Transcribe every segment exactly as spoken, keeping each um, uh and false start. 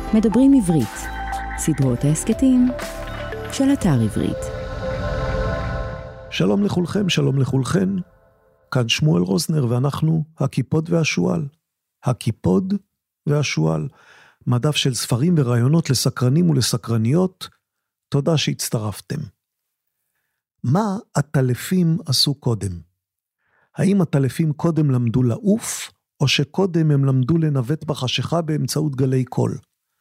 מדברים עברית, סדרות ההסקטים של אתר עברית. שלום לכולכם, שלום לכולכן. כאן שמואל רוזנר ואנחנו הקיפוד והשואל. הקיפוד והשואל, מדף של ספרים ורעיונות לסקרנים ולסקרניות. תודה שהצטרפתם. מה הטלפים עשו קודם? האם הטלפים קודם למדו לעוף, או שקודם הם למדו לנווט בחשיכה באמצעות גלי קול?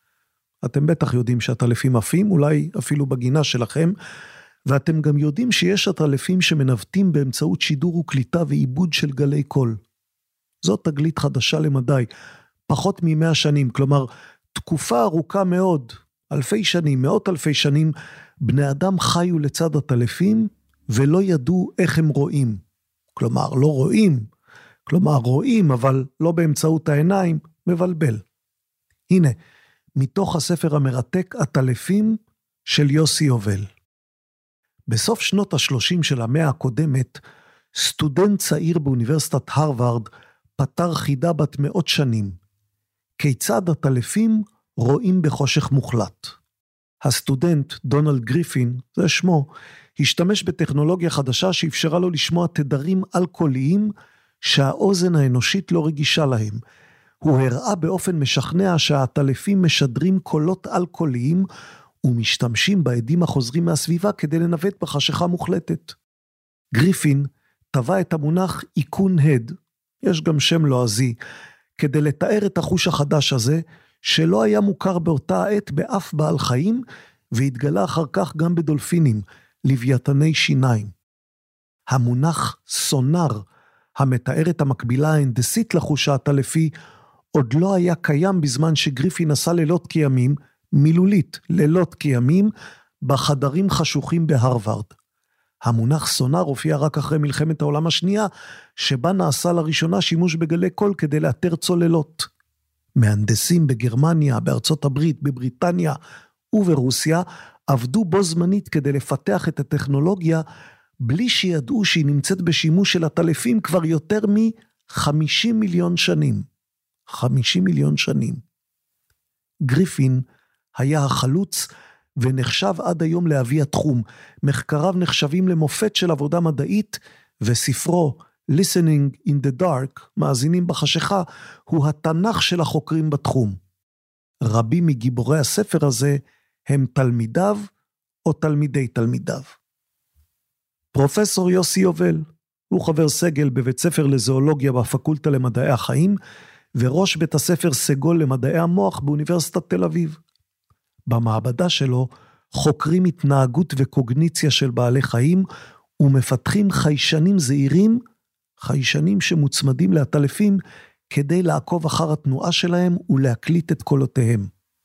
אתם בטח יודעים שהטלפים עפים, אולי אפילו בגינה שלכם, ואתם גם יודעים שיש הטלפים שמנווטים באמצעות שידור וקליטה ועיבוד של גלי קול. זאת תגלית חדשה למדי, פחות ממאה שנים, כלומר, תקופה ארוכה מאוד, אלפי שנים, מאות אלפי שנים, בני אדם חיו לצד הטלפים, ולא ידעו איך הם רואים. כלומר, לא רואים, כלומר, רואים, אבל לא באמצעות העיניים, מבלבל. הנה, מתוך הספר המרתק, הטלפים של יוסי יובל. בסוף שנות השלושים של המאה הקודמת, סטודנט צעיר באוניברסיטת הרווארד פתר חידה בת מאות שנים. כיצד הטלפים רואים בחושך מוחלט? הסטודנט דונלד גריפין, זה שמו, השתמש בטכנולוגיה חדשה שאפשרה לו לשמוע תדרים אלכוהוליים שהאוזן האנושית לא רגישה להם. הוא הראה באופן משכנע שהטלפים משדרים קולות אלכוהוליים ומשתמשים בעדים החוזרים מהסביבה כדי לנווט בחשיכה מוחלטת. גריפין טבע את המונח איכון הד, יש גם שם לועזי, כדי לתאר את החוש החדש הזה, שלא היה מוכר באותה העת באף בעל חיים, והתגלה אחר כך גם בדולפינים, לוויתני שיניים. המונח סונר, המתאר את המקבילה ההנדסית לחוש הטלפי, עוד לא היה קיים בזמן שגריפין עשה לילות כימים, מילולית לילות כימים, בחדרים חשוכים בהרווארד. המונח סונר הופיע רק אחרי מלחמת העולם השנייה, שבה נעשה לראשונה שימוש בגלי קול כדי לאתר צוללות. מהנדסים בגרמניה, בארצות הברית, בבריטניה וברוסיה, עבדו בו זמנית כדי לפתח את הטכנולוגיה, בלי שידעו שהיא נמצאת בשימוש של הטלפים כבר יותר מ-חמישים מיליון שנים. חמישים מיליון שנים. גריפין היה החלוץ ונחשב עד היום לאבי התחום. מחקריו נחשבים למופת של עבודה מדעית, וספרו Listening in the Dark, מאזינים בחשיכה, הוא התנ"ך של החוקרים בתחום. רבים מגיבורי הספר הזה הם תלמידיו או תלמידי תלמידיו. פרופסור יוסי יובל, הוא חבר סגל בבית ספר לזואולוגיה בפקולטה למדעי החיים, וראש בית הספר סגול למדעי המוח באוניברסיטת תל אביב. במעבדה שלו חוקרים התנהגות וקוגניציה של בעלי חיים, ומפתחים חיישנים זעירים, חיישנים שמוצמדים לעטלפים, כדי לעקוב אחר התנועה שלהם ולהקליט את קולותיהם.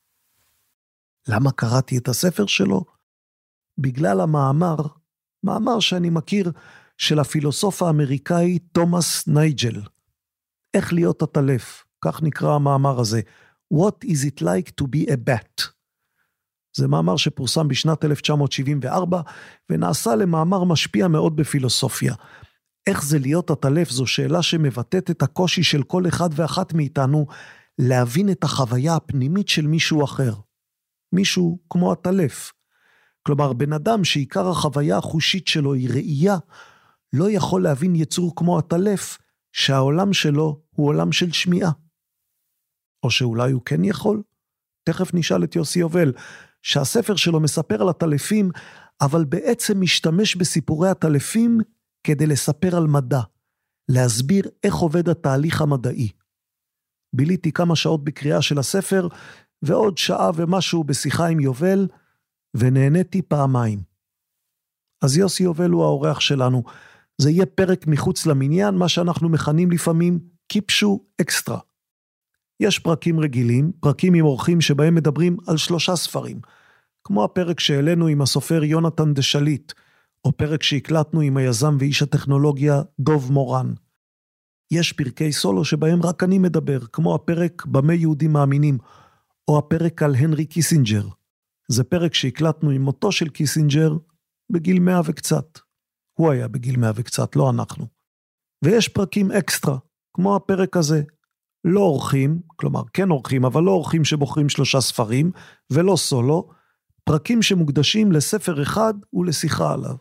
למה קראתי את הספר שלו? בגלל המאמר, מאמר שאני מכיר, של הפילוסוף האמריקאי תומאס נייג'ל. איך להיות הטלף, כך נקרא המאמר הזה. What is it like to be a bat? זה מאמר שפורסם בשנת אלף תשע מאות שבעים וארבע, ונעשה למאמר משפיע מאוד בפילוסופיה. איך זה להיות הטלף? זו שאלה שמבטאת את הקושי של כל אחד ואחת מאיתנו, להבין את החוויה הפנימית של מישהו אחר. מישהו כמו הטלף. כלומר, בן אדם שעיקר החוויה החושית שלו היא ראייה, לא יכול להבין יצור כמו הטלף, שהעולם שלו הוא עולם של שמיעה. או שאולי הוא כן יכול? תכף נשאל את יוסי יובל, שהספר שלו מספר על הטלפים, אבל בעצם משתמש בסיפורי הטלפים, כדי לספר על מדע, להסביר איך עובד התהליך המדעי. ביליתי כמה שעות בקריאה של הספר, ועוד שעה ומשהו בשיחה עם יובל, ונהניתי פעמיים. אז יוסי יובל הוא האורח שלנו, זה יהיה פרק מחוץ למניין, מה שאנחנו מכנים לפעמים קיפשו אקסטרה. יש פרקים רגילים, פרקים עם אורחים שבהם מדברים על שלושה ספרים, כמו הפרק שהעלינו עם הסופר יונתן דשליט, או פרק שהקלטנו עם היזם ואיש הטכנולוגיה דוב מורן. יש פרקי סולו שבהם רק אני מדבר, כמו הפרק במה יהודים מאמינים, או הפרק על הנרי קיסינג'ר. זה פרק שהקלטנו עם מותו של קיסינג'ר בגיל מאה וקצת. הוא היה בגיל מאה וקצת, לא אנחנו. ויש פרקים אקסטרה, כמו הפרק הזה, לא אורחים, כלומר כן אורחים, אבל לא אורחים שבוחרים שלושה ספרים, ולא סולו, פרקים שמוקדשים לספר אחד ולשיחה עליו.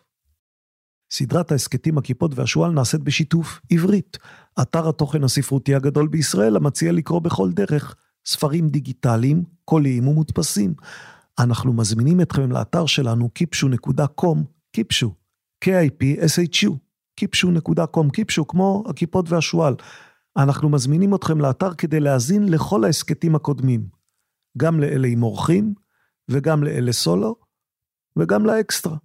סדרת ההסקטים הכיפות והשואל נעשית בשיתוף עברית, אתר התוכן הספרותי הגדול בישראל, המציע לקרוא בכל דרך ספרים דיגיטליים, קוליים ומודפסים. אנחנו מזמינים אתכם לאתר שלנו קיפשו נקודה קום, קיפשו, K I P S H U, קיפשו נקודה קום, קיפשו כמו הכיפות והשואל. אנחנו מזמינים אתכם לאתר כדי להאזין לכל ההסקטים הקודמים, גם לאלה עם אורחים, וגם לאלה סולו, וגם לאקסטרה.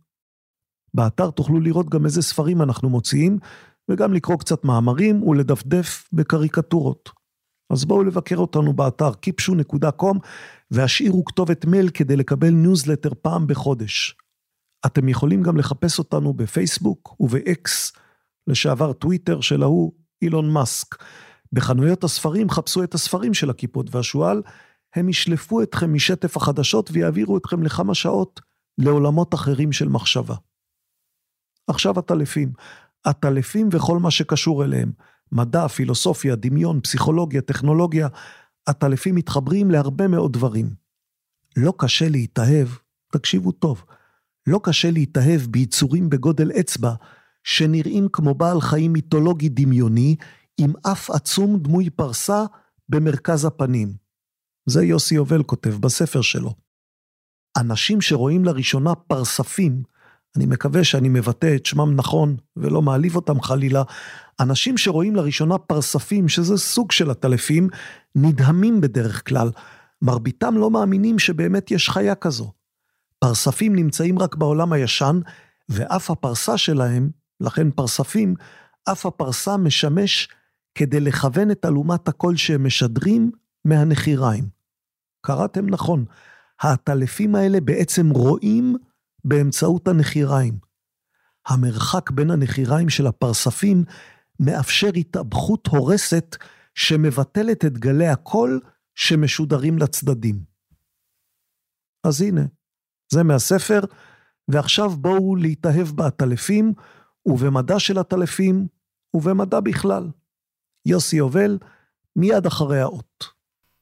באתר תוכלו לראות גם איזה ספרים אנחנו מוציאים, וגם לקרוא קצת מאמרים ולדפדף בקריקטורות. אז בואו לבקר אותנו באתר קיפשו נקודה קום, והשאירו כתובת מייל כדי לקבל ניוזלטר פעם בחודש. אתם יכולים גם לחפש אותנו בפייסבוק ובאקס, לשעבר טוויטר של ההוא אילון מאסק. בחנויות הספרים חפשו את הספרים של הכיפות והשואל, הם ישלפו אתכם משטף החדשות ויעבירו אתכם לכמה שעות לעולמות אחרים של מחשבה. עכשיו הטלפים, הטלפים וכל מה שקשור אליהם, מדע, פילוסופיה, דמיון, פסיכולוגיה, טכנולוגיה, הטלפים מתחברים להרבה מאוד דברים. לא קשה להתאהב, תקשיבו טוב, לא קשה להתאהב ביצורים בגודל אצבע, שנראים כמו בעל חיים מיתולוגי דמיוני, עם אף עצום דמוי פרסה במרכז הפנים. זה יוסי יובל כותב בספר שלו. אנשים שרואים לראשונה פרספים, אני מקווה שאני מבטא את שמם נכון, ולא מעליב אותם חלילה, אנשים שרואים לראשונה פרספים, שזה סוג של הטלפים, נדהמים בדרך כלל, מרביתם לא מאמינים שבאמת יש חיה כזו. פרספים נמצאים רק בעולם הישן, ואף הפרסה שלהם, לכן פרספים, אף הפרסה משמש כדי לכוון את אלומת הקול שהם משדרים מהנחיריים. קראתם נכון, הטלפים האלה בעצם רואים באמצעות הנחיריים. המרחק בין הנחיריים של הפרספים מאפשר התאבכות הורסת שמבטלת את גלי הקול שמשודרים לצדדים. אז הנה, זה מהספר, ועכשיו בואו להתאהב בהטלפים, ובמדע של הטלפים, ובמדע בכלל. יוסי יובל, מיד אחרי האות.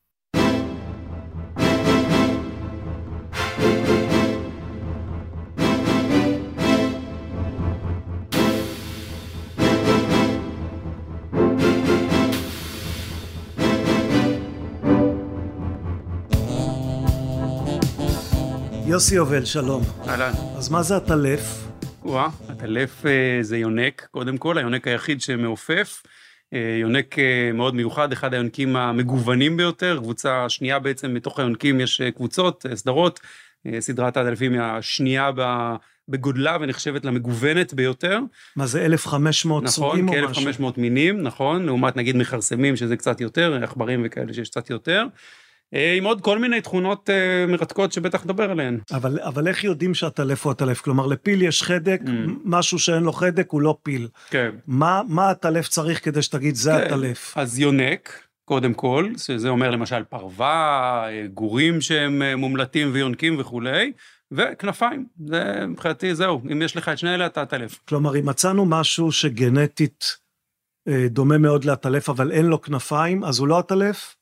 יוסי יובל, שלום. אהלן. אז מה זה הטלף? וואה, הטלף זה יונק, קודם כל, היונק היחיד שמעופף, יונק מאוד מיוחד, אחד היונקים המגוונים ביותר, קבוצה שנייה בעצם, מתוך היונקים יש קבוצות, סדרות, סדרת הטלפים היא השנייה בגודלה ונחשבת למגוונת ביותר. מה זה אלף וחמש מאות נכון, סוגים או משהו? נכון, כ-אלף וחמש מאות מינים, נכון, לעומת נגיד מחרסמים שזה קצת יותר, עכברים וכאלה שיש קצת יותר. עם עוד כל מיני תכונות מרתקות שבטח נדבר עליהן. אבל, אבל איך יודעים שהטלף הוא הטלף? כלומר, לפיל יש חדק, mm. משהו שאין לו חדק הוא לא פיל. כן. מה, מה הטלף צריך כדי שתגיד זה כן. הטלף? אז יונק, קודם כל, שזה אומר למשל פרווה, גורים שהם מומלטים ויונקים וכולי, וכנפיים. זה, מבחינתי, זהו. אם יש לך את שני אלה, אתה הטלף. כלומר, אם מצאנו משהו שגנטית דומה מאוד להטלף, אבל אין לו כנפיים, אז הוא לא הטלף?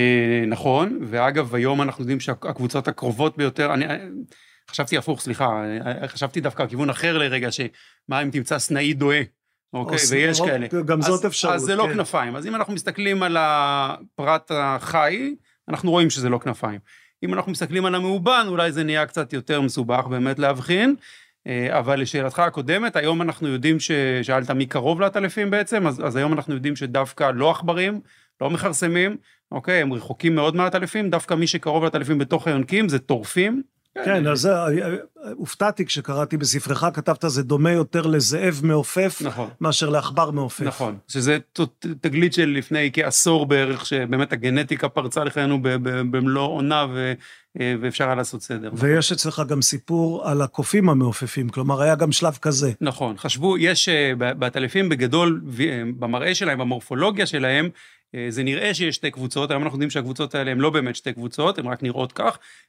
נכון, ואגב היום אנחנו יודעים שהקבוצות הקרובות ביותר, אני חשבתי הפוך, סליחה, חשבתי דווקא הכיוון אחר לרגע, שמה אם תמצא סנאי דואה, אוקיי, ויש כאלה. גם זאת אפשרות. אז זה לא כנפיים, אז אם אנחנו מסתכלים על הפרט החי, אנחנו רואים שזה לא כנפיים. אם אנחנו מסתכלים על המאובן, אולי זה נהיה קצת יותר מסובך באמת להבחין, אבל לשאלתך הקודמת, היום אנחנו יודעים ששאלת מי קרוב לטלפים בעצם, אז, אז היום אנחנו יודעים שדווקא לא עכברים, לא מחרסמים, אוקיי, הם רחוקים מאוד מהטלפים, דווקא מי שקרוב לטלפים בתוך היונקים זה טורפים. כן, אז הופתעתי כשקראתי בספרך, כתבת זה דומה יותר לזאב מעופף, נכון. מאשר לעכבר מעופף. נכון, שזה תגלית של לפני כעשור בערך, שבאמת הגנטיקה פרצה לחיינו במלוא עונה, ו... ואפשר היה לעשות סדר. ויש אצלך גם סיפור על הקופים המעופפים, כלומר היה גם שלב כזה. נכון, חשבו, יש בטלפים בגדול, במראה שלהם, במורפולוגיה שלהם, זה נראה שיש שתי קבוצות, היום אנחנו יודעים שהקבוצות האלה הן לא באמת שתי קבוצות, הן רק נראות כך,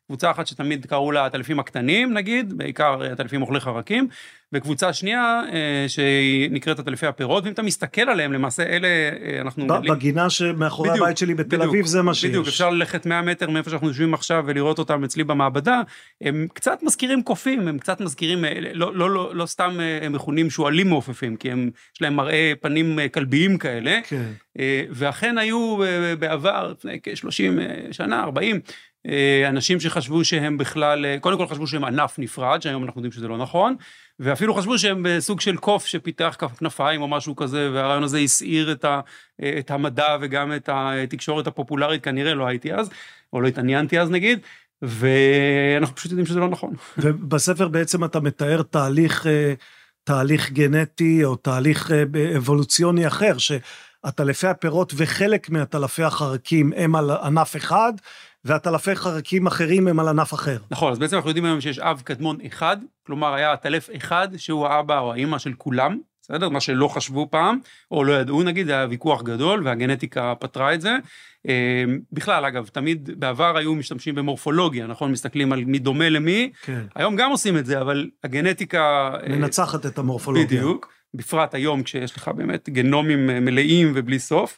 קבוצה אחת שתמיד קראו לה הטלפים הקטנים, נגיד, בעיקר הטלפים אוכלי חרקים, וקבוצה שנייה שהיא נקראת הטלפי הפירות, ואם אתה מסתכל עליהם, למעשה אלה אנחנו... בגינה שמאחורי הבית שלי בתל אביב זה מה שיש. בדיוק, אפשר ללכת מאה מטר מאיפה שאנחנו יושבים עכשיו ולראות אותם אצלי במעבדה, הם קצת מזכירים קופים, הם קצת מזכירים, לא, לא, לא, לא סתם הם מכונים שואלים מעופפים, כי הם, יש להם מראה פנים כלביים כאלה, כן. ואכן היו בעבר, לפני כ-שלושים שנה, ארבעים, אנשים שחשבו שהם בכלל, קודם כל חשבו שהם ענף נפרד, שהיום אנחנו יודעים שזה לא נכון, ואפילו חשבו שהם בסוג של קוף שפיתח כנפיים או משהו כזה, והרעיון הזה הסעיר את, ה, את המדע וגם את התקשורת הפופולרית, כנראה לא הייתי אז, או לא התעניינתי אז נגיד, ואנחנו פשוט יודעים שזה לא נכון. ובספר בעצם אתה מתאר תהליך, תהליך גנטי או תהליך אבולוציוני אחר, שהטלפי הפירות וחלק מהטלפי החרקים הם על ענף אחד, והטלפי חרקים אחרים הם על ענף אחר. נכון, אז בעצם אנחנו יודעים היום שיש אב קדמון אחד, כלומר היה הטלף אחד שהוא האבא או האמא של כולם, בסדר? מה שלא חשבו פעם, או לא ידעו נגיד, היה ויכוח גדול, והגנטיקה פתרה את זה. בכלל, אגב, תמיד בעבר היו משתמשים במורפולוגיה, נכון? מסתכלים על מי דומה למי, כן. היום גם עושים את זה, אבל הגנטיקה... מנצחת את המורפולוגיה. בדיוק, בפרט היום כשיש לך באמת גנומים מלאים ובלי סוף.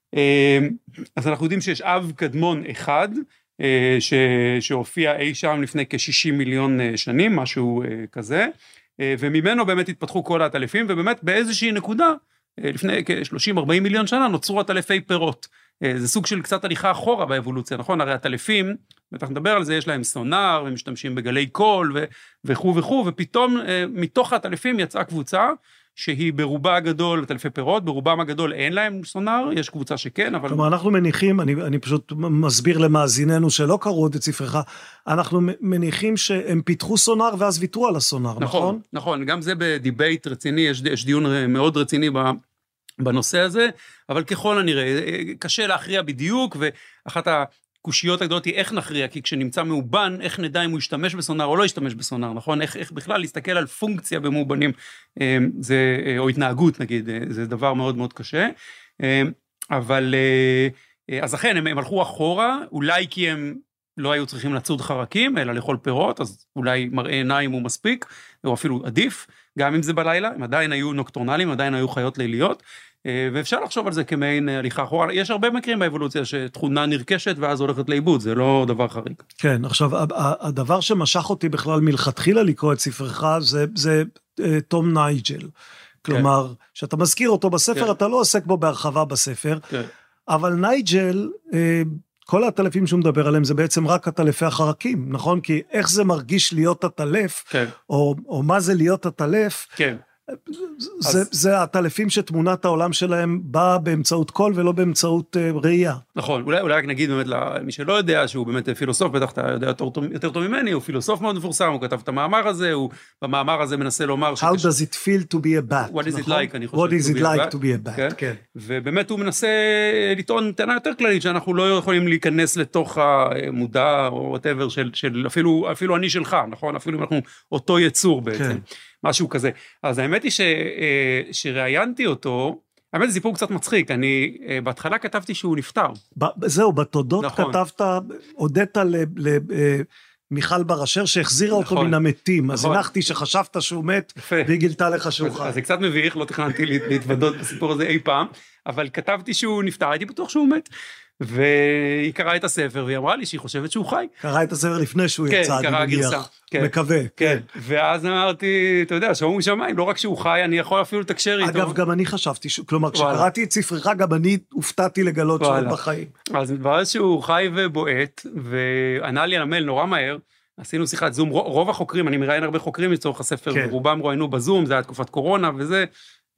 אז אנחנו יודעים שיש אב קדמון אחד, ש... שהופיע אי שם לפני כ-שישים מיליון שנים, משהו כזה, וממנו באמת התפתחו כל הטלפים, ובאמת באיזושהי נקודה, לפני כ-שלושים ארבעים מיליון שנה, נוצרו הטלפי פירות. זה סוג של קצת הליכה אחורה באבולוציה, נכון? הרי הטלפים, בטח נדבר על זה, יש להם סונאר, ומשתמשים בגלי קול, ו... וכו' וכו', ופתאום מתוך הטלפים יצאה קבוצה, שהיא ברובה הגדול, טלפי פירות, ברובם הגדול אין להם סונאר, יש קבוצה שכן, אבל... כלומר, אנחנו מניחים, אני, אני פשוט מסביר למאזיננו שלא קראו את ספרך, אנחנו מניחים שהם פיתחו סונאר ואז ויתרו על הסונאר, נכון? נכון, נכון, גם זה בדיבייט רציני, יש, יש דיון מאוד רציני בנושא הזה, אבל ככל הנראה, קשה להכריע בדיוק, ואחת ה... קושיות הגדולות היא איך נכריע, כי כשנמצא מאובן, איך נדע אם הוא ישתמש בסונאר או לא ישתמש בסונאר, נכון? איך, איך בכלל להסתכל על פונקציה במאובנים, זה, או התנהגות נגיד, זה דבר מאוד מאוד קשה, אבל, אז אכן, הם, הם הלכו אחורה, אולי כי הם לא היו צריכים לצוד חרקים, אלא לאכול פירות, אז אולי מראה עיניים הוא מספיק, או אפילו עדיף, גם אם זה בלילה, הם עדיין היו נוקטורנליים, עדיין היו חיות ליליות, ואפשר לחשוב על זה כמעין הליכה אחורה, יש הרבה מקרים באבולוציה שתכונה נרכשת ואז הולכת לאיבוד, זה לא דבר חריג. כן, עכשיו, הדבר שמשך אותי בכלל מלכתחילה לקרוא את ספרך, זה, זה תום נייג'ל, כלומר, שאתה מזכיר אותו בספר, אתה לא עוסק בו בהרחבה בספר, אבל נייג'ל, כל הטלפים שהוא מדבר עליהם, זה בעצם רק הטלפי החרקים, נכון? כי איך זה מרגיש להיות הטלף, או, או מה זה להיות הטלף, כן. זה, אז... זה הטלפים שתמונת העולם שלהם באה באמצעות קול ולא באמצעות uh, ראייה. נכון, אולי, אולי רק נגיד באמת למי שלא יודע שהוא באמת פילוסוף, בטח אתה יודע יותר, יותר טוב ממני, הוא פילוסוף מאוד מפורסם, הוא כתב את המאמר הזה, הוא במאמר הזה מנסה לומר... How שקש... does it feel to be a bat? What is it like, אני חושב. What is it like to be a bat, כן? כן. ובאמת הוא מנסה לטעון טענה יותר כללית, שאנחנו לא יכולים להיכנס לתוך המודע או whatever של, של אפילו, אפילו אני שלך, נכון? אפילו אם אנחנו אותו יצור בעצם. כן. משהו כזה. אז האמת היא ש, שראיינתי אותו, האמת זה סיפור קצת מצחיק, אני בהתחלה כתבתי שהוא נפטר. זהו, בתודות נכון. כתבת, הודית למיכל בר אשר שהחזירה נכון. אותו מן המתים, נכון. אז הנחתי שחשבת שהוא מת, והיא גילתה לך שהוא חי. אז זה קצת מביך, לא תכננתי להתוודות בסיפור הזה אי פעם, אבל כתבתי שהוא נפטר, הייתי בטוח שהוא מת. והיא קראה את הספר, והיא אמרה לי שהיא חושבת שהוא חי. קראה את הספר לפני שהוא כן, יצא, קראה גרסה. כן, מקווה. כן. כן. ואז אמרתי, אתה יודע, שאומרים שמיים, לא רק שהוא חי, אני יכול אפילו לתקשר איתו. אגב, גם אני חשבתי, ש... כלומר, כשקראתי את ספרך, גם אני הופתעתי לגלות שהוא בחיים. אז מתברר שהוא חי ובועט, וענה לי על המייל נורא מהר, עשינו שיחת זום, רוב החוקרים, אני מראיין הרבה חוקרים לצורך הספר, כן. רובם רואיינו בזום, זה היה תקופת קורונה וזה,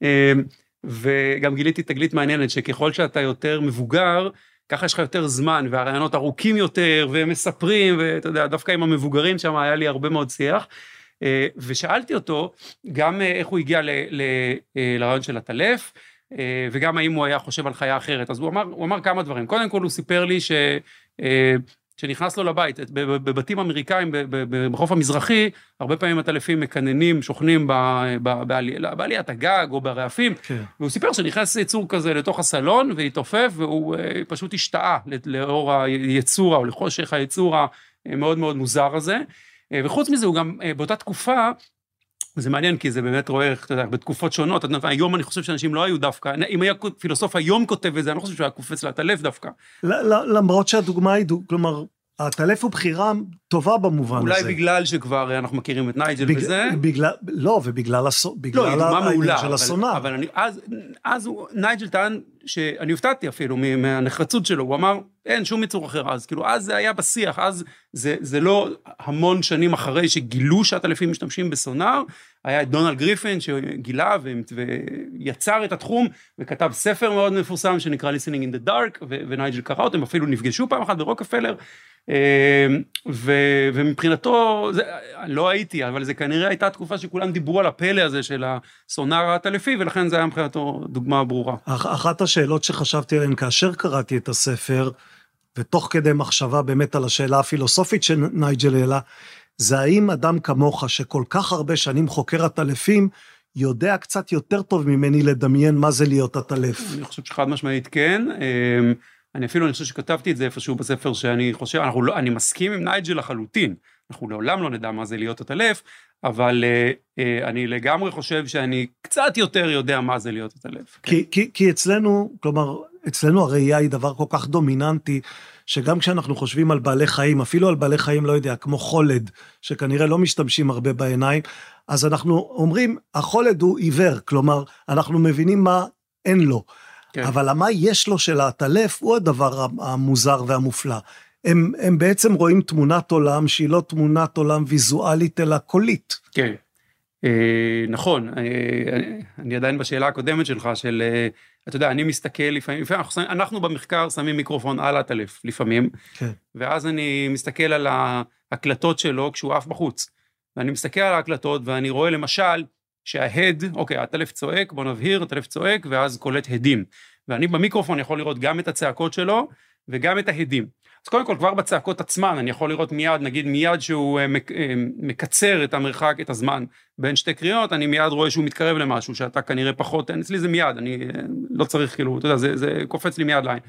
וגם גיליתי תגלית מעניינת, שככל שאתה יותר מבוגר, ככה יש לך יותר זמן, והרעיונות ארוכים יותר, והם מספרים, ואתה יודע, דווקא עם המבוגרים שם היה לי הרבה מאוד שיח, ושאלתי אותו, גם איך הוא הגיע ל, ל, לרעיון של הטלף, וגם האם הוא היה חושב על חיה אחרת, אז הוא אמר, הוא אמר כמה דברים, קודם כל הוא סיפר לי ש... שנכנס לו לבית, בבתים אמריקאים, בחוף המזרחי, הרבה פעמים הטלפים מקננים, שוכנים בעליית הגג או ברעפים, והוא סיפר שנכנס יצור כזה לתוך הסלון, והתעופף, והוא פשוט השתאה לאור היצור, או לחושך היצור המאוד מאוד מוזר הזה, וחוץ מזה הוא גם באותה תקופה, זה מעניין כי זה באמת רואה, אתה יודע, בתקופות שונות, היום אני חושב שאנשים לא היו דווקא, אם היה פילוסוף היום כותב את זה, אני לא חושב שהוא היה קופץ להטלף דווקא. למרות שהדוגמה היא, כלומר, הטלף הוא בחירה טובה במובן אולי הזה. אולי בגלל שכבר אנחנו מכירים את נייג'ל בג... וזה. בגלל, לא, ובגלל הסו... לא, היא דוגמה מעולה, של הסונאר. אבל, אבל אני, אז, אז הוא, נייג'ל טען שאני הופתעתי אפילו מהנחרצות שלו, הוא אמר, אין שום יצור אחר אז, כאילו, אז זה היה בשיח, אז זה, זה לא המון שנים אחרי שגילו שהטלפים משתמשים בסונאר, היה את דונלד גריפין שגילה ו... ויצר את התחום, וכתב ספר מאוד מפורסם שנקרא Listening in the Dark, ו... ונייג'ל קרא אותם, אפילו נפגשו פעם אחת ברוקפלר, ו... ומבחינתו, זה... לא הייתי, אבל זה כנראה הייתה תקופה שכולם דיברו על הפלא הזה של הסונאר הטלפי, ולכן זה היה מבחינתו דוגמה ברורה. אחת השאלות שחשבתי עליהן כאשר קראתי את הספר, ותוך כדי מחשבה באמת על השאלה הפילוסופית שנייג'ל העלה, זה האם אדם כמוך שכל כך הרבה שנים חוקר הטלפים, יודע קצת יותר טוב ממני לדמיין מה זה להיות הטלף. אני חושב שחד משמעית כן, אני אפילו אני חושב שכתבתי את זה איפשהו בספר שאני חושב, אנחנו לא, אני מסכים עם נייג'ל לחלוטין, אנחנו לעולם לא נדע מה זה להיות הטלף, אבל אני לגמרי חושב שאני קצת יותר יודע מה זה להיות הטלף. כי, כי, כי אצלנו, כלומר, אצלנו הראייה היא דבר כל כך דומיננטי, שגם כשאנחנו חושבים על בעלי חיים, אפילו על בעלי חיים, לא יודע, כמו חולד, שכנראה לא משתמשים הרבה בעיניים, אז אנחנו אומרים, החולד הוא עיוור, כלומר, אנחנו מבינים מה אין לו, כן. אבל מה יש לו של הטלף, הוא הדבר המוזר והמופלא. הם, הם בעצם רואים תמונת עולם, שהיא לא תמונת עולם ויזואלית, אלא קולית. כן, אה, נכון, אה, אני עדיין בשאלה הקודמת שלך, של... אה, אתה יודע, אני מסתכל לפעמים, לפעמים אנחנו, אנחנו במחקר שמים מיקרופון על הטלף לפעמים, כן. ואז אני מסתכל על ההקלטות שלו כשהוא עף בחוץ, ואני מסתכל על ההקלטות ואני רואה למשל שההד, אוקיי, הטלף צועק, בוא נבהיר, הטלף צועק ואז קולט הדים, ואני במיקרופון יכול לראות גם את הצעקות שלו וגם את ההדים. אז קודם כל כבר בצעקות עצמן אני יכול לראות מיד, נגיד מיד שהוא מקצר את המרחק, את הזמן בין שתי קריאות, אני מיד רואה שהוא מתקרב למשהו שאתה כנראה פחות, אצלי זה מיד, אני לא צריך כאילו, אתה יודע, זה, זה קופץ לי מיד ליין.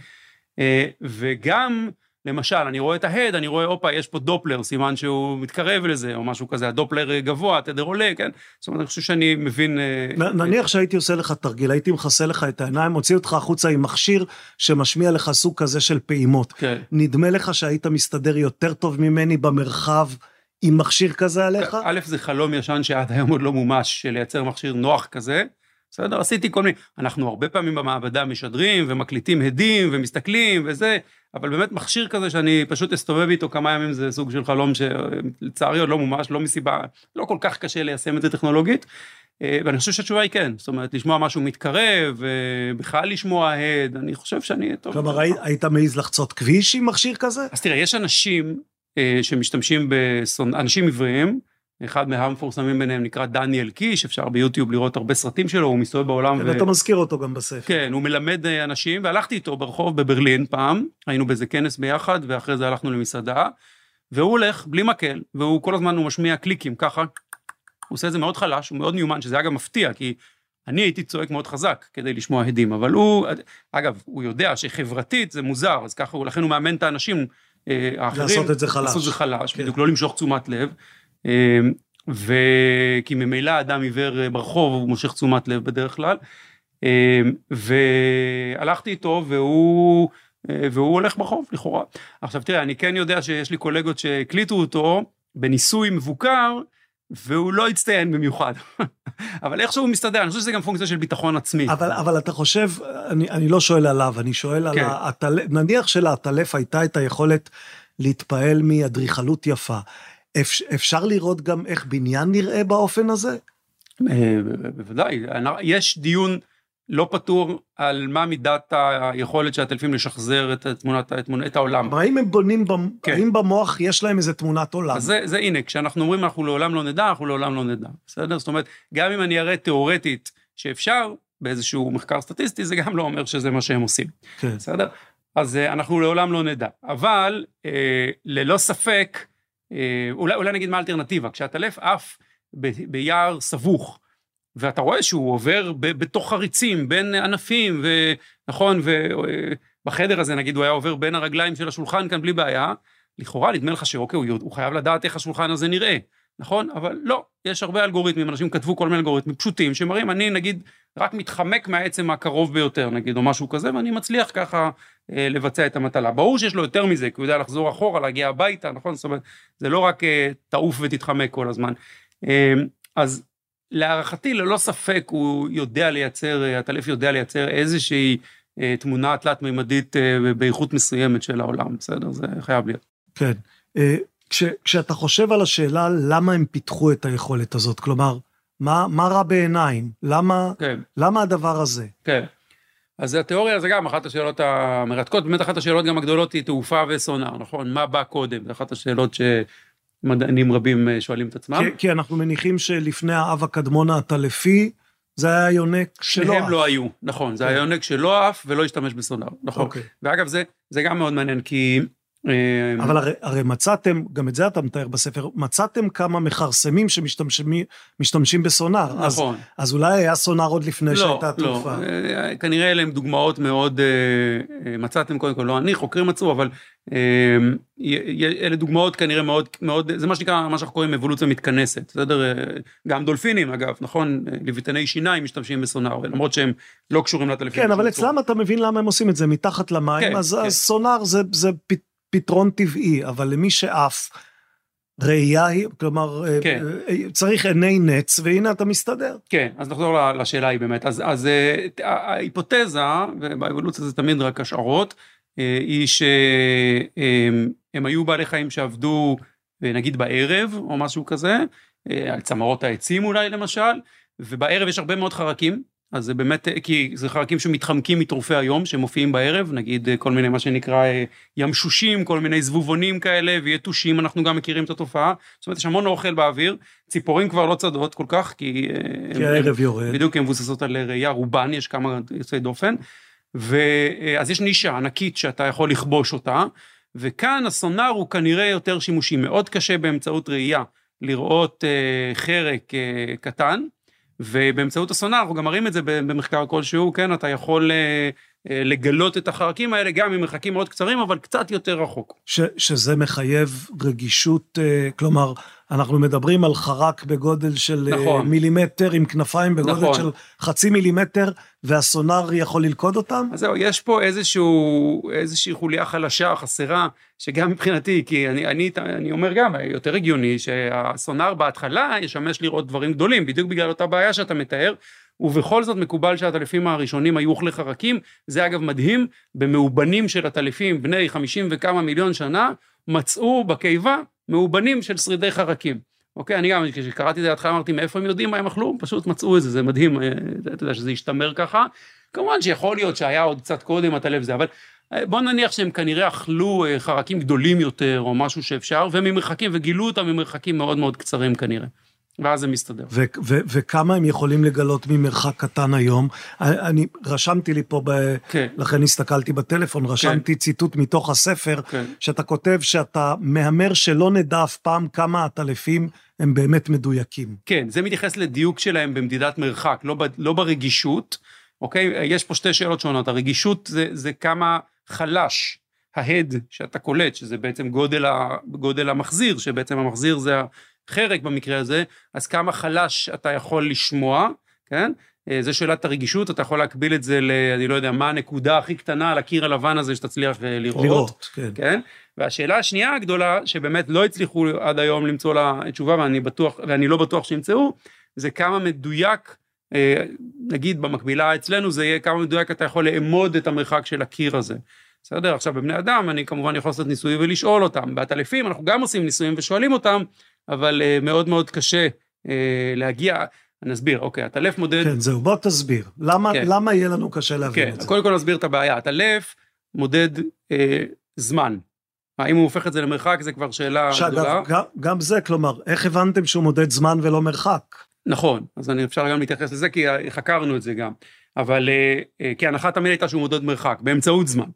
וגם, למשל, אני רואה את ההד, אני רואה, אופה, יש פה דופלר, סימן שהוא מתקרב לזה, או משהו כזה, הדופלר גבוה, התדר עולה, כן? זאת אומרת, אני חושב שאני מבין... נניח שהייתי עושה לך תרגיל, הייתי מכסה לך את העיניים, מוציא אותך החוצה עם מכשיר שמשמיע לך סוג כזה של פעימות. כן. נדמה לך שהיית מסתדר יותר טוב ממני במרחב עם מכשיר כזה עליך? א', זה חלום ישן שעד היום עוד לא מומש, של לייצר מכשיר נוח כזה, בסדר? עשיתי כל מיני, אנחנו הרבה פעמים במעבדה משדרים ומקליטים הדים ומסתכלים וזה, אבל באמת מכשיר כזה שאני פשוט אסתובב איתו כמה ימים, זה סוג של חלום שלצערי עוד לא מומש, לא מסיבה, לא כל כך קשה ליישם את זה טכנולוגית, ואני חושב שהתשובה היא כן, זאת אומרת, לשמוע משהו מתקרב, ובכלל לשמוע הד, אני חושב שאני טוב. כלומר, היית מעיז לחצות כביש עם מכשיר כזה? אז תראה, יש אנשים שמשתמשים, אנשים עבריים, אחד מהמפורסמים ביניהם נקרא דניאל קיש, אפשר ביוטיוב לראות הרבה סרטים שלו, הוא מסתובב בעולם. ואתה מזכיר אותו גם בספר. כן, הוא מלמד אנשים, והלכתי איתו ברחוב בברלין פעם, היינו באיזה כנס ביחד, ואחרי זה הלכנו למסעדה, והוא הולך בלי מקל, והוא כל הזמן הוא משמיע קליקים ככה, הוא עושה את זה מאוד חלש, הוא מאוד מיומן, שזה היה גם מפתיע, כי אני הייתי צועק מאוד חזק כדי לשמוע הדים, אבל הוא, אגב, הוא יודע שחברתית זה מוזר, אז ככה, לכן הוא מאמן את האנשים האחרים, לעשות את זה חלש. לעשות את זה חלש, בדיוק, לא למשוך תשומת לב, וכי ממילא אדם עיוור ברחוב הוא מושך תשומת לב בדרך כלל, והלכתי איתו והוא, והוא הולך ברחוב לכאורה. עכשיו תראה, אני כן יודע שיש לי קולגות שהקליטו אותו בניסוי מבוקר, והוא לא הצטיין במיוחד, אבל איך שהוא מסתדר, אני חושב שזה גם פונקציה של ביטחון עצמי. אבל, אבל אתה חושב, אני, אני לא שואל עליו, אני שואל כן. על הטלף, נניח שלהטלף הייתה את היכולת להתפעל מאדריכלות יפה, אפשר לראות גם איך בניין נראה באופן הזה? בוודאי, יש דיון לא פתור על מה מידת היכולת של הטלפים לשחזר את תמונת, את העולם. האם הם בונים, האם במוח יש להם איזה תמונת עולם? אז זה, זה הנה, כשאנחנו אומרים אנחנו לעולם לא נדע, אנחנו לעולם לא נדע. בסדר? זאת אומרת, גם אם אני אראה תיאורטית שאפשר, באיזשהו מחקר סטטיסטי, זה גם לא אומר שזה מה שהם עושים. בסדר? אז אנחנו לעולם לא נדע. אבל אה, ללא ספק, אה, אולי, אולי נגיד מה האלטרנטיבה, כשהטלף עף ב- ביער סבוך, ואתה רואה שהוא עובר ב- בתוך חריצים, בין ענפים, ונכון, ובחדר הזה נגיד הוא היה עובר בין הרגליים של השולחן כאן בלי בעיה, לכאורה נדמה לך שאוקיי, הוא, הוא חייב לדעת איך השולחן הזה נראה, נכון? אבל לא, יש הרבה אלגוריתמים, אנשים כתבו כל מיני אלגוריתמים פשוטים, שמראים, אני נגיד רק מתחמק מהעצם הקרוב ביותר, נגיד, או משהו כזה, ואני מצליח ככה אה, לבצע את המטלה. ברור שיש לו יותר מזה, כי הוא יודע לחזור אחורה, להגיע הביתה, נכון? זאת אומרת, זה לא רק אה, תעוף ותתחמק כל הזמן. אה, אז להערכתי, ללא ספק, הוא יודע לייצר, הטלף יודע לייצר איזושהי אה, תמונה תלת-מימדית אה, באיכות מסוימת של העולם, בסדר? זה חייב להיות. כן. אה, כש, כשאתה חושב על השאלה, למה הם פיתחו את היכולת הזאת? כלומר, מה, מה רע בעיניים? למה, כן. למה הדבר הזה? כן. אז התיאוריה זה גם אחת השאלות המרתקות, באמת אחת השאלות גם הגדולות היא תעופה וסונאר, נכון? מה בא קודם? זה אחת השאלות שמדענים רבים שואלים את עצמם. כי, כי אנחנו מניחים שלפני האב הקדמון העטלפי, זה היה יונק שלא עף. הם לא היו, נכון, זה היה יונק שלא עף ולא השתמש בסונאר, נכון. אוקיי. ואגב, זה, זה גם מאוד מעניין, כי... אבל הרי, הרי מצאתם, גם את זה אתה מתאר בספר, מצאתם כמה מחרסמים שמשתמשים משתמשים בסונאר. נכון. אז, אז אולי היה סונאר עוד לפני לא, שהייתה תעופה. לא, כנראה אלה הם דוגמאות מאוד, מצאתם קודם כל, לא אני, חוקרים מצאו, אבל אלה דוגמאות כנראה מאוד, מאוד, זה מה שנקרא, מה שאנחנו קוראים אבולוציה מתכנסת, בסדר? גם דולפינים אגב, נכון? לוויתני שיניים משתמשים בסונאר, למרות שהם לא קשורים לטלפון. כן, אבל אצלם אתה מבין למה הם עושים את זה, מתחת למים, כן, אז כן. סונאר זה, זה פ... פתרון טבעי, אבל למי שאף ראייה היא, כלומר, כן. צריך עיני נץ, והנה אתה מסתדר. כן, אז נחזור לשאלה היא באמת, אז, אז ההיפותזה, ובאבולוציה זה תמיד רק השערות, היא שהם היו בעלי חיים שעבדו, נגיד בערב, או משהו כזה, על צמרות העצים אולי למשל, ובערב יש הרבה מאוד חרקים, אז זה באמת, כי זה חרקים שמתחמקים מטורפי היום, שמופיעים בערב, נגיד כל מיני מה שנקרא ים שושים, כל מיני זבובונים כאלה, ויתושים, אנחנו גם מכירים את התופעה, זאת אומרת, יש המון אוכל באוויר, ציפורים כבר לא צדות כל כך, כי... כי הערב יורד. בדיוק, הן מבוססות על ראייה, רובן, יש כמה יוצאי דופן, ואז יש נישה ענקית שאתה יכול לכבוש אותה, וכאן הסונאר הוא כנראה יותר שימושי, מאוד קשה באמצעות ראייה, לראות חרק קטן, ובאמצעות הסונאר, אנחנו גם מראים את זה במחקר כלשהו, כן, אתה יכול לגלות את החרקים האלה, גם ממרחקים מאוד קצרים, אבל קצת יותר רחוק. ש, שזה מחייב רגישות, כלומר, אנחנו מדברים על חרק בגודל של נכון. מילימטר, עם כנפיים בגודל נכון. של חצי מילימטר, והסונאר יכול ללכוד אותם? אז זהו, יש פה איזשהו, איזושהי חוליה חלשה, חסרה, שגם מבחינתי, כי אני, אני, אני אומר גם, יותר הגיוני, שהסונאר בהתחלה ישמש לראות דברים גדולים, בדיוק בגלל אותה בעיה שאתה מתאר, ובכל זאת מקובל שהטלפים הראשונים היו אוכלי חרקים, זה אגב מדהים, במאובנים של הטלפים, בני חמישים וכמה מיליון שנה, מצאו בקיבה מאובנים של שרידי חרקים. אוקיי, אני גם, כשקראתי את זה, התחלה אמרתי, מאיפה הם יודעים מה הם אכלו? פשוט מצאו את זה, זה מדהים, אתה יודע שזה ישתמר ככה, כמובן שיכול להיות שהיה עוד קצת קודם הטלף זה, אבל בוא נניח שהם כנראה אכלו חרקים גדולים יותר, או משהו שאפשר, וממרחקים, וגילו אותם ממרחקים מאוד מאוד קצרים כנראה. ואז זה מסתדר. ו- ו- וכמה הם יכולים לגלות ממרחק קטן היום? אני רשמתי לי פה, ב- כן. לכן הסתכלתי בטלפון, רשמתי כן. ציטוט מתוך הספר, כן. שאתה כותב שאתה מהמר שלא נדע אף פעם כמה הטלפים הם באמת מדויקים. כן, זה מתייחס לדיוק שלהם במדידת מרחק, לא, ב- לא ברגישות, אוקיי? יש פה שתי שאלות שונות, הרגישות זה, זה כמה חלש, ההד שאתה קולט, שזה בעצם גודל, ה- גודל המחזיר, שבעצם המחזיר זה ה... חרק במקרה הזה, אז כמה חלש אתה יכול לשמוע, כן? זה שאלת הרגישות, אתה יכול להקביל את זה ל... אני לא יודע, מה הנקודה הכי קטנה על הקיר הלבן הזה שתצליח לראות. לראות, כן. כן? והשאלה השנייה הגדולה, שבאמת לא הצליחו עד היום למצוא לה תשובה, ואני בטוח, ואני לא בטוח שימצאו, זה כמה מדויק, נגיד במקבילה אצלנו, זה יהיה כמה מדויק אתה יכול לאמוד את המרחק של הקיר הזה. בסדר? עכשיו בבני אדם, אני כמובן יכול לעשות ניסויים ולשאול אותם. בעטלפים אנחנו גם עושים ניסויים ושואלים אותם, אבל uh, מאוד מאוד קשה uh, להגיע, אני אסביר, אוקיי, הטלף מודד... כן, זהו, בוא תסביר, למה, כן. למה יהיה לנו קשה להבין כן, את זה? קודם כל נסביר את הבעיה, הטלף מודד uh, זמן, האם הוא הופך את זה למרחק, זה כבר שאלה גדולה. גם, גם זה, כלומר, איך הבנתם שהוא מודד זמן ולא מרחק? נכון, אז אני אפשר גם להתייחס לזה, כי חקרנו את זה גם, אבל uh, uh, כי ההנחה תמיד הייתה שהוא מודד מרחק, באמצעות זמן,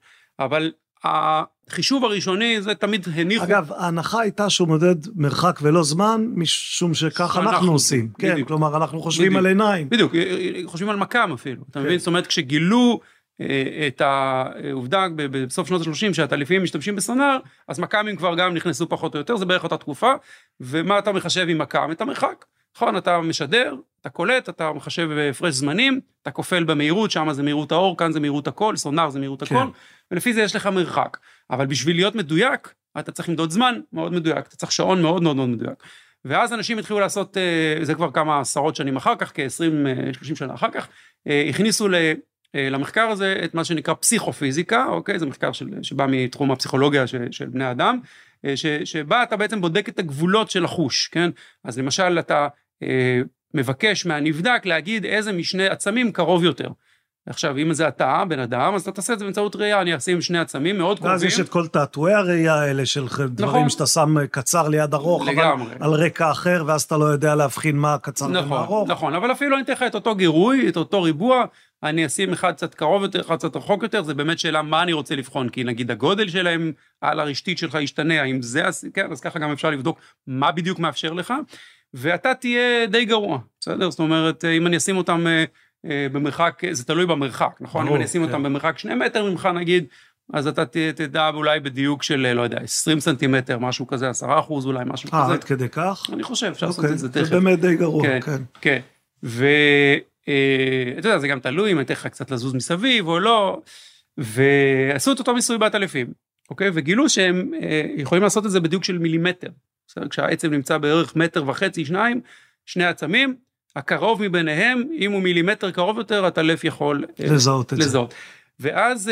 אבל החישוב הראשוני זה תמיד הניחו. אגב, ההנחה הייתה שהוא מודד מרחק ולא זמן, משום שכך אנחנו עושים. כן, כלומר, אנחנו חושבים על עיניים. בדיוק, חושבים על מקם אפילו. אתה מבין? זאת אומרת, כשגילו את העובדה בסוף שנות ה-שלושים שהטלפים משתמשים בסונאר, אז מקמים כבר גם נכנסו פחות או יותר, זה בערך אותה תקופה, ומה אתה מחשב עם מקם? את המרחק. נכון, אתה משדר, אתה קולט, אתה מחשב בהפרש זמנים, אתה כופל במהירות, שם זה מהירות האור, כאן זה מהירות הכל, סונאר זה מהירות הכל, ולפי זה יש לך מרחק. אבל בשביל להיות מדויק, אתה צריך למדוד זמן מאוד מדויק, אתה צריך שעון מאוד מאוד מאוד מדויק. ואז אנשים התחילו לעשות, זה כבר כמה עשרות שנים אחר כך, כ-עשרים שלושים שנה אחר כך, הכניסו למחקר הזה את מה שנקרא פסיכופיזיקה, אוקיי? זה מחקר של, שבא מתחום הפסיכולוגיה של, של בני אדם, ש, שבה אתה בעצם בודק את הגבולות של החוש, כן? אז למשל אתה אה, מבקש מהנבדק להגיד איזה משני עצמים קרוב יותר. עכשיו, אם זה אתה, בן אדם, אז אתה תעשה את זה באמצעות ראייה, אני אשים שני עצמים מאוד קרובים. ואז יש את כל תעתועי הראייה האלה של דברים נכון. שאתה שם קצר ליד ארוך, לגמרי. אבל על רקע אחר, ואז אתה לא יודע להבחין מה קצר נכון, ומארוך. נכון, אבל אפילו אני אתן לך את אותו גירוי, את אותו ריבוע, אני אשים אחד קצת קרוב יותר, אחד קצת רחוק יותר, זה באמת שאלה מה אני רוצה לבחון, כי נגיד הגודל שלהם על הרשתית שלך ישתנה, האם זה, כן, אז ככה גם אפשר לבדוק מה בדיוק מאפשר לך, ואתה תהיה די גרוע, בסדר? זאת אומרת, אם אני אשים אותם במרחק, זה תלוי במרחק, נכון? אם אני אשים אותם במרחק שני מטר ממך נגיד, אז אתה תדע אולי בדיוק של, לא יודע, עשרים סנטימטר, משהו כזה, עשרה אחוז אולי, משהו כזה. אה, עד כדי כך? אני חושב, אפשר לעשות את זה תכף. זה באמת די גרוע, כן. כן, ו... אתה יודע, זה גם תלוי אם אני תכף קצת לזוז מסביב או לא, ועשו את אותו מיסוי בעטלפים, אוקיי? וגילו שהם יכולים לעשות את זה בדיוק של מילימטר, כשהעצם נמצא בערך מטר וחצי, שניים, שני עצמים, הקרוב מביניהם, אם הוא מילימטר קרוב יותר, הטלף יכול לזהות את לזהות. זה. ואז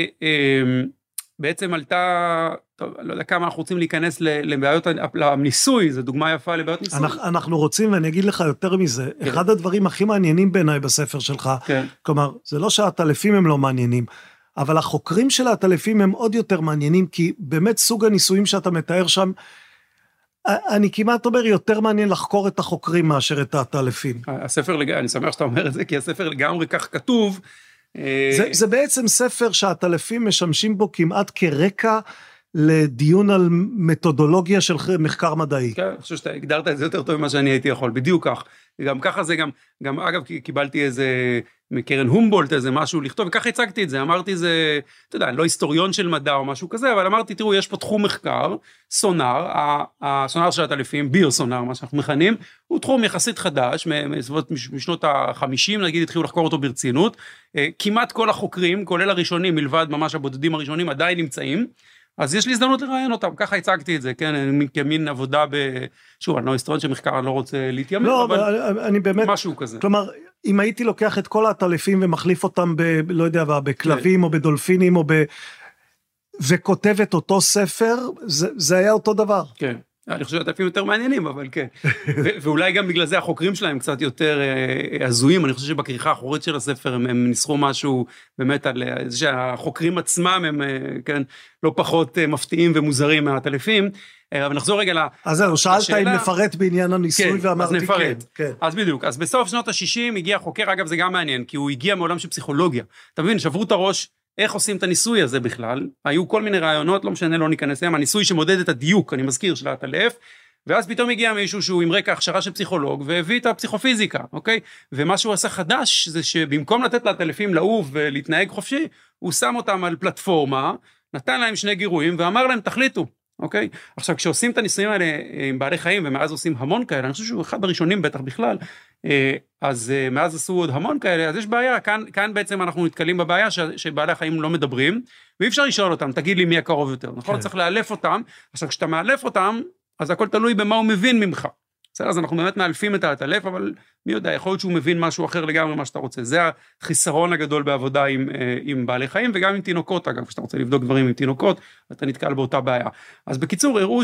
בעצם עלתה, טוב, לא יודע כמה אנחנו רוצים להיכנס לבעיות הניסוי, זו דוגמה יפה לבעיות ניסוי. אנחנו, אנחנו רוצים, ואני אגיד לך יותר מזה, כן. אחד הדברים הכי מעניינים בעיניי בספר שלך, כן. כלומר, זה לא שהטלפים הם לא מעניינים, אבל החוקרים של הטלפים הם עוד יותר מעניינים, כי באמת סוג הניסויים שאתה מתאר שם, אני כמעט אומר, יותר מעניין לחקור את החוקרים מאשר את הטלפים. הספר, אני שמח שאתה אומר את זה, כי הספר לגמרי כך כתוב. זה, זה בעצם ספר שהטלפים משמשים בו כמעט כרקע לדיון על מתודולוגיה של מחקר מדעי. כן, אני חושב שאתה הגדרת את זה יותר טוב ממה שאני הייתי יכול, בדיוק כך. גם ככה זה גם, גם אגב קיבלתי איזה מקרן הומבולט, איזה משהו לכתוב, וככה הצגתי את זה, אמרתי זה, אתה יודע, אני לא היסטוריון של מדע או משהו כזה, אבל אמרתי, תראו, יש פה תחום מחקר, סונאר, הסונאר של הטלפים, ביר סונאר, מה שאנחנו מכנים, הוא תחום יחסית חדש, משנות ה-חמישים, נגיד, התחילו לחקור אותו ברצינות, כמעט כל החוקרים, כולל הראשונים, מלבד ממש הבודדים הראשונים, עדיין נמצאים, אז יש לי הזדמנות לראיין אותם, ככה הצגתי את זה, כן, כמין עבודה ב... שוב, אני לא היסטוריון של מחקר, אני לא רוצה להתיימר, לא, אבל אני באמת, משהו כזה. כלומר, אם הייתי לוקח את כל הטלפים ומחליף אותם ב... לא יודע, בכלבים או בדולפינים או ב... וכותב את אותו ספר, זה, זה היה אותו דבר. כן. אני חושב שהטלפים יותר מעניינים, אבל כן. ואולי גם בגלל זה החוקרים שלהם קצת יותר הזויים, אני חושב שבכריכה האחורית של הספר הם ניסחו משהו באמת על זה שהחוקרים עצמם הם, כן, לא פחות מפתיעים ומוזרים מהטלפים, אבל נחזור רגע לשאלה. אז זהו, שאלת אם נפרט בעניין הניסוי ואמרתי כן. אז בדיוק, אז בסוף שנות ה-שישים הגיע חוקר, אגב זה גם מעניין, כי הוא הגיע מעולם של פסיכולוגיה. אתה מבין, שברו את הראש, איך עושים את הניסוי הזה בכלל? היו כל מיני רעיונות, לא משנה, לא ניכנס להם, הניסוי שמודד את הדיוק, אני מזכיר, של הטלף, ואז פתאום הגיע מישהו שהוא עם רקע הכשרה של פסיכולוג, והביא את הפסיכופיזיקה, אוקיי? ומה שהוא עשה חדש, זה שבמקום לתת לטלפים לעוף ולהתנהג חופשי, הוא שם אותם על פלטפורמה, נתן להם שני גירויים, ואמר להם, תחליטו, אוקיי? עכשיו, כשעושים את הניסויים האלה עם בעלי חיים, ומאז עושים המון כאלה, אני חושב שהוא אחד הראשונים בטח בכלל, אז מאז עשו עוד המון כאלה, אז יש בעיה, כאן, כאן בעצם אנחנו נתקלים בבעיה ש, שבעלי החיים לא מדברים, ואי אפשר לשאול אותם, תגיד לי מי הקרוב יותר, נכון? צריך לאלף אותם, עכשיו כשאתה מאלף אותם, אז הכל תלוי במה הוא מבין ממך, בסדר? אז אנחנו באמת מאלפים את האלף, אבל מי יודע, יכול להיות שהוא מבין משהו אחר לגמרי מה שאתה רוצה, זה החיסרון הגדול בעבודה עם, עם בעלי חיים, וגם עם תינוקות, אגב, כשאתה רוצה לבדוק דברים עם תינוקות, אתה נתקל באותה בעיה. אז בקיצור, הראו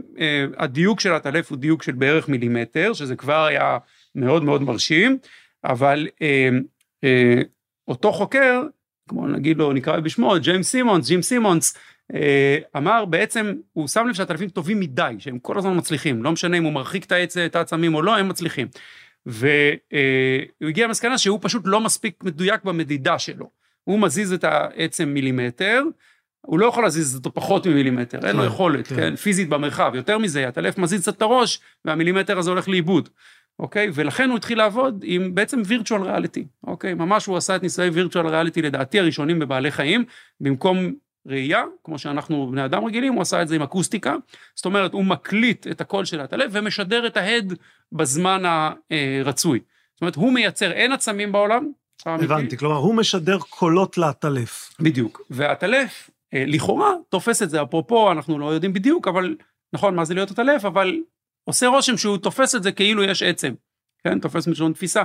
שהדיוק של האלף הוא דיוק של בערך מילימטר, שזה כבר היה מאוד מאוד מרשים, אבל אה, אה, אותו חוקר, כמו נגיד לו, נקרא בשמו, ג'יימס סימונס, ג'ים סימונס, אה, אמר בעצם, הוא שם לב שהטלפים טובים מדי, שהם כל הזמן מצליחים, לא משנה אם הוא מרחיק את העץ, את העצמים או לא, הם מצליחים. והוא אה, הגיע למסקנה שהוא פשוט לא מספיק מדויק במדידה שלו. הוא מזיז את העצם מילימטר, הוא לא יכול להזיז אותו פחות ממילימטר, אין לו יכולת, כן, פיזית במרחב, יותר מזה, הטלף מזיז קצת את הראש, והמילימטר הזה הולך לאיבוד, אוקיי? ולכן הוא התחיל לעבוד עם בעצם virtual reality, אוקיי? ממש הוא עשה את ניסויי virtual reality לדעתי הראשונים בבעלי חיים, במקום ראייה, כמו שאנחנו בני אדם רגילים, הוא עשה את זה עם אקוסטיקה, זאת אומרת, הוא מקליט את הקול של הטלף, ומשדר את ההד בזמן הרצוי. זאת אומרת, הוא מייצר, אין עצמים בעולם, הבנתי, כלומר, הוא משדר קולות לטלף. בדיוק, והטלף, לכאורה, תופס את זה, אפרופו, אנחנו לא יודעים בדיוק, אבל, נכון, מה זה להיות הטלף, אבל עושה רושם שהוא תופס את זה כאילו יש עצם, כן, תופס משון תפיסה,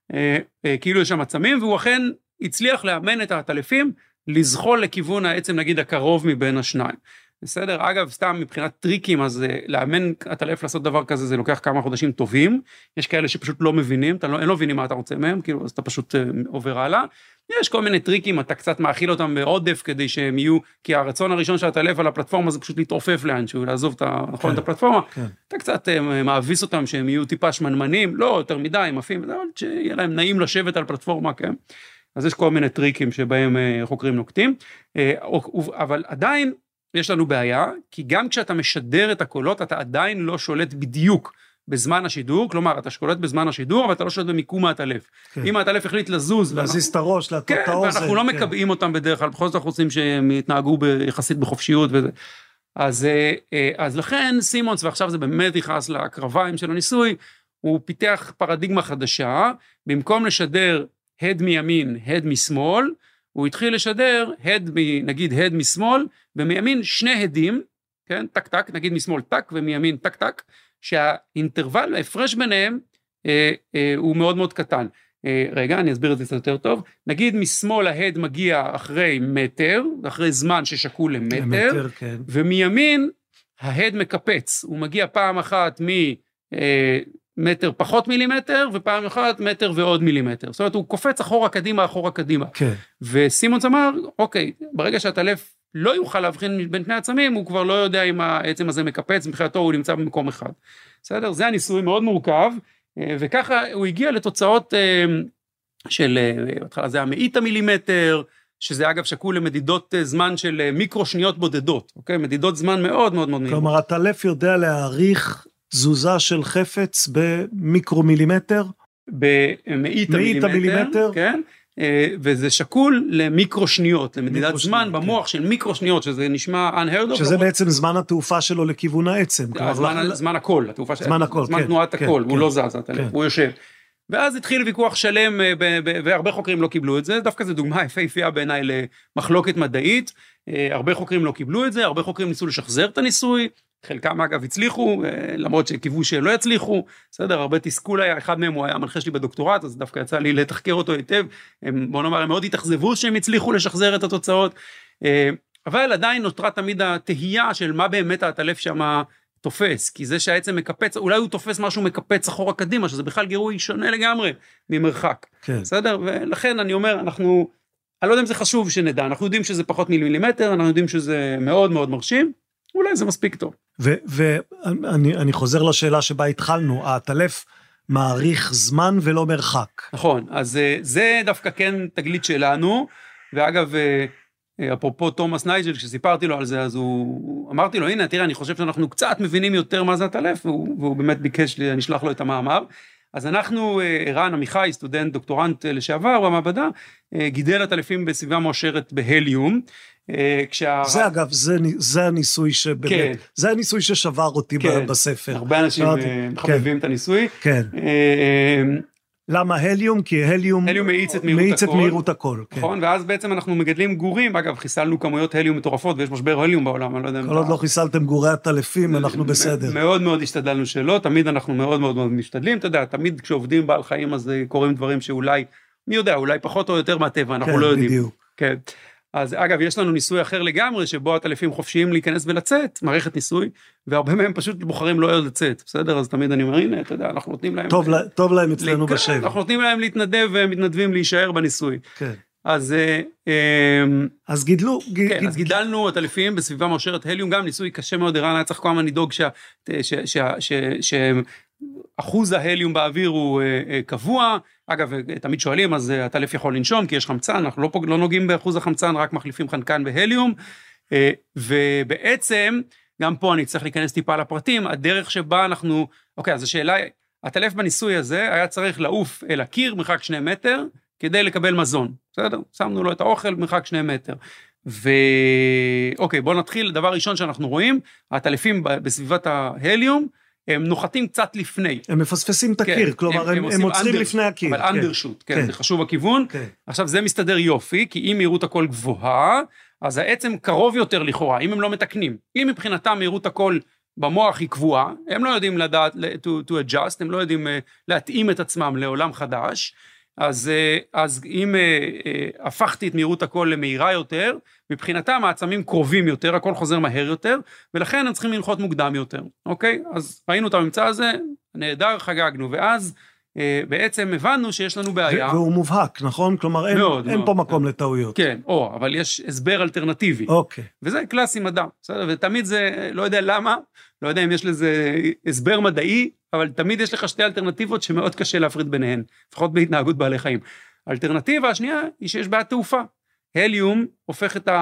כאילו יש שם עצמים, והוא אכן הצליח לאמן את הטלפים, לזחול לכיוון העצם, נגיד, הקרוב מבין השניים. בסדר? אגב, סתם מבחינת טריקים, אז לאמן הטלף לעשות דבר כזה, זה לוקח כמה חודשים טובים, יש כאלה שפשוט לא מבינים, אתה לא, הם לא מבינים מה אתה רוצה מהם, כאילו, אז אתה פשוט עובר הלאה, יש כל מיני טריקים, אתה קצת מאכיל אותם בעודף, כדי שהם יהיו, כי הרצון הראשון של הטלף על הפלטפורמה, זה פשוט להתעופף לאנשהו, לעזוב את, נכון, את הפלטפורמה, אתה קצת מאביס אותם, שהם יהיו טיפה שמנמנים, לא יותר מדי, מפים, אבל שיהיה להם נעים לשבת על פלטפורמה, כן? אז יש כל מיני טריקים שבהם חוקרים נוקטים, אבל עדיין יש לנו בעיה, כי גם כשאתה משדר את הקולות, אתה עדיין לא שולט בדיוק בזמן השידור, כלומר, אתה שולט בזמן השידור, אבל אתה לא שולט במיקום מהטלף. כן. אם הטלף החליט לזוז, להזיז את הראש, להטות את האוזן. כן, ואנחנו לא כן. מקבעים אותם בדרך כלל, בכל זאת אנחנו רוצים שהם יתנהגו יחסית בחופשיות וזה. אז, אז לכן סימונס, ועכשיו זה באמת נכנס לקרביים של הניסוי, הוא פיתח פרדיגמה חדשה, במקום לשדר הד מימין, הד משמאל, הוא התחיל לשדר הד, נגיד הד משמאל, ומימין שני הדים, כן, טק טק, נגיד משמאל טק, ומימין טק טק, שהאינטרוול, ההפרש ביניהם, אה, אה, הוא מאוד מאוד קטן. אה, רגע, אני אסביר את זה קצת יותר טוב. נגיד משמאל ההד מגיע אחרי מטר, אחרי זמן ששקול למטר, למטר, כן. ומימין ההד מקפץ, הוא מגיע פעם אחת מ... אה, מטר פחות מילימטר, ופעם אחת מטר ועוד מילימטר. זאת אומרת, הוא קופץ אחורה קדימה, אחורה קדימה. כן. וסימונס אמר, אוקיי, ברגע שהטלף לא יוכל להבחין בין שני עצמים, הוא כבר לא יודע אם העצם הזה מקפץ, מבחינתו הוא נמצא במקום אחד. בסדר? זה הניסוי מאוד מורכב, וככה הוא הגיע לתוצאות של, בהתחלה זה המאית המילימטר, שזה אגב שקול למדידות זמן של מיקרו שניות בודדות, אוקיי? מדידות זמן מאוד מאוד מאוד מאוד. כלומר, הטלף יודע להעריך תזוזה של חפץ במיקרו מילימטר? במאית המילימטר, המילימטר, כן, וזה שקול למיקרו שניות, למדידת זמן שניות, במוח כן. של מיקרו שניות, שזה נשמע unheard of. שזה בעצם זמן התעופה שלו לכיוון העצם. זמן, לח... זמן הכל, התעופה זמן, הכל, זמן כן, תנועת כן, הכל, כן, הוא כן, לא זז, כן. הוא יושב. ואז התחיל ויכוח שלם, והרבה חוקרים לא קיבלו את זה, דווקא זו דוגמה יפהפייה בעיניי למחלוקת מדעית, הרבה חוקרים לא קיבלו את זה, הרבה חוקרים ניסו לשחזר את הניסוי, חלקם אגב הצליחו, למרות שקיוו שלא יצליחו, בסדר, הרבה תסכול היה, אחד מהם הוא היה מנחה שלי בדוקטורט, אז דווקא יצא לי לתחקר אותו היטב, הם, בוא נאמר, הם מאוד התאכזבו שהם הצליחו לשחזר את התוצאות, אבל עדיין נותרה תמיד התהייה של מה באמת הטלף שם תופס, כי זה שהעצם מקפץ, אולי הוא תופס משהו מקפץ אחורה קדימה, שזה בכלל גירוי שונה לגמרי ממרחק, כן. בסדר? ולכן אני אומר, אנחנו, אני לא יודע אם זה חשוב שנדע, אנחנו יודעים שזה פחות מילימטר, אנחנו יודעים שזה מאוד מאוד מרשים, אולי זה מספיק טוב. ואני אני חוזר לשאלה שבה התחלנו, הטלף מעריך זמן ולא מרחק. נכון, אז זה דווקא כן תגלית שלנו, ואגב, אפרופו תומאס נייג'ל, כשסיפרתי לו על זה, אז הוא, אמרתי לו, הנה, תראה, אני חושב שאנחנו קצת מבינים יותר מה זה הטלף, והוא, והוא באמת ביקש לי, אני אשלח לו את המאמר, אז אנחנו, ערן עמיחי, סטודנט, דוקטורנט לשעבר במעבדה, גידל הטלפים בסביבה מואשרת בהליום, כשה... זה אגב, זה, זה הניסוי שבאמת, כן. זה הניסוי ששבר אותי כן. בספר. הרבה אנשים מחבבים כן. את הניסוי. כן. למה הליום? כי הליום, הליום מאיץ את מהירות הכל. מהירות הכל כן. נכון, ואז בעצם אנחנו מגדלים גורים, אגב, חיסלנו כמויות הליום מטורפות, ויש משבר הליום בעולם, אני לא יודע. כל עוד לא חיסלתם גורי הטלפים, אנחנו בסדר. מאוד מאוד השתדלנו שלא, תמיד אנחנו מאוד מאוד מאוד משתדלים, אתה יודע, תמיד כשעובדים בעל חיים, אז קוראים דברים שאולי, מי יודע, אולי פחות או יותר מהטבע, אנחנו לא יודעים. בדיוק. כן. אז אגב, יש לנו ניסוי אחר לגמרי, שבו הטלפים חופשיים להיכנס ולצאת, מערכת ניסוי, והרבה מהם פשוט בוחרים לא לצאת, בסדר? אז תמיד אני אומר, הנה, אתה יודע, אנחנו נותנים להם... טוב, טוב להם אצלנו בשבע. אנחנו נותנים להם להתנדב, והם מתנדבים להישאר בניסוי. כן. אז... אז גידלו... כן, אז גידלנו הטלפים בסביבה מאושרת הליום, גם ניסוי קשה מאוד, ערן היה צריך כל הזמן לדאוג שאחוז ההליום באוויר הוא קבוע, אגב, תמיד שואלים, אז הטלף יכול לנשום, כי יש חמצן, אנחנו לא, לא נוגעים באחוז החמצן, רק מחליפים חנקן בהליום, ובעצם, גם פה אני צריך להיכנס טיפה לפרטים, הדרך שבה אנחנו, אוקיי, אז השאלה, הטלף בניסוי הזה היה צריך לעוף אל הקיר, מרחק שני מטר, כדי לקבל מזון, בסדר? שמנו לו את האוכל, מרחק שני מטר. ואוקיי, בואו נתחיל, דבר ראשון שאנחנו רואים, הטלפים בסביבת ההליום, הם נוחתים קצת לפני. הם מפספסים את הקיר, כלומר, הם עוצרים לפני הקיר. אבל אנדרשוט, כן, זה חשוב הכיוון. עכשיו, זה מסתדר יופי, כי אם מהירות הכל גבוהה, אז העצם קרוב יותר לכאורה, אם הם לא מתקנים. אם מבחינתם מהירות הכל במוח היא קבועה, הם לא יודעים לדעת, to adjust, הם לא יודעים להתאים את עצמם לעולם חדש, אז, אז אם הפכתי את מהירות הכל למהירה יותר, מבחינתם העצמים קרובים יותר, הכל חוזר מהר יותר, ולכן הם צריכים לנחות מוקדם יותר, אוקיי? אז ראינו את הממצא הזה, נהדר, חגגנו, ואז בעצם הבנו שיש לנו בעיה. והוא מובהק, נכון? כלומר, אין, מאוד, אין מאוד, פה מקום כן. לטעויות. כן, או, אבל יש הסבר אלטרנטיבי. אוקיי. וזה קלאסי מדע, בסדר? ותמיד זה, לא יודע למה, לא יודע אם יש לזה הסבר מדעי, אבל תמיד יש לך שתי אלטרנטיבות שמאוד קשה להפריד ביניהן, לפחות בהתנהגות בעלי חיים. האלטרנטיבה השנייה היא שיש בעיית תעופה. הליום הופך את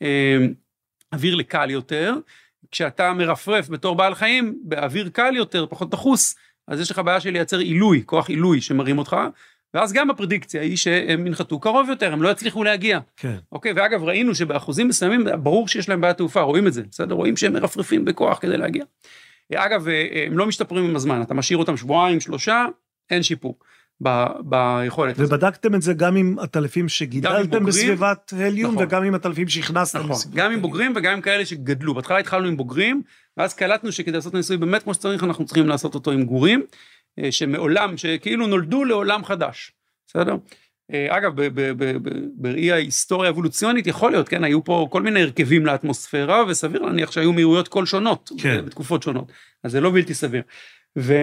האוויר לקל יותר, כשאתה מרפרף בתור בעל חיים, באוויר קל יותר, פחות דחוס, אז יש לך בעיה של לייצר עילוי, כוח עילוי שמרים אותך, ואז גם הפרדיקציה היא שהם ינחתו קרוב יותר, הם לא יצליחו להגיע. כן. אוקיי, ואגב ראינו שבאחוזים מסוימים, ברור שיש להם בעיית תעופה, רואים את זה, בסדר? רואים שהם מרפרפים בכוח כדי להגיע. אגב, הם לא משתפרים עם הזמן, אתה משאיר אותם שבועיים, שלושה, אין שיפור ב- ביכולת. ובדקתם את זה גם עם הטלפים שגידלתם בסביבת הליום, נכון. וגם עם הטלפים שהכנסתם. נכון, גם עם בוגרים וגם עם כאלה שגדלו. בהתחלה התחלנו עם בוגרים, ואז קלטנו שכדי לעשות ניסוי באמת כמו שצריך, אנחנו צריכים לעשות אותו עם גורים, שמעולם, שכאילו נולדו לעולם חדש. בסדר? אגב, בראי ההיסטוריה האבולוציונית יכול להיות, כן, היו פה כל מיני הרכבים לאטמוספירה, וסביר להניח שהיו מהירויות כל שונות, כן. בתקופות שונות. אז זה לא בלתי סביר. ו,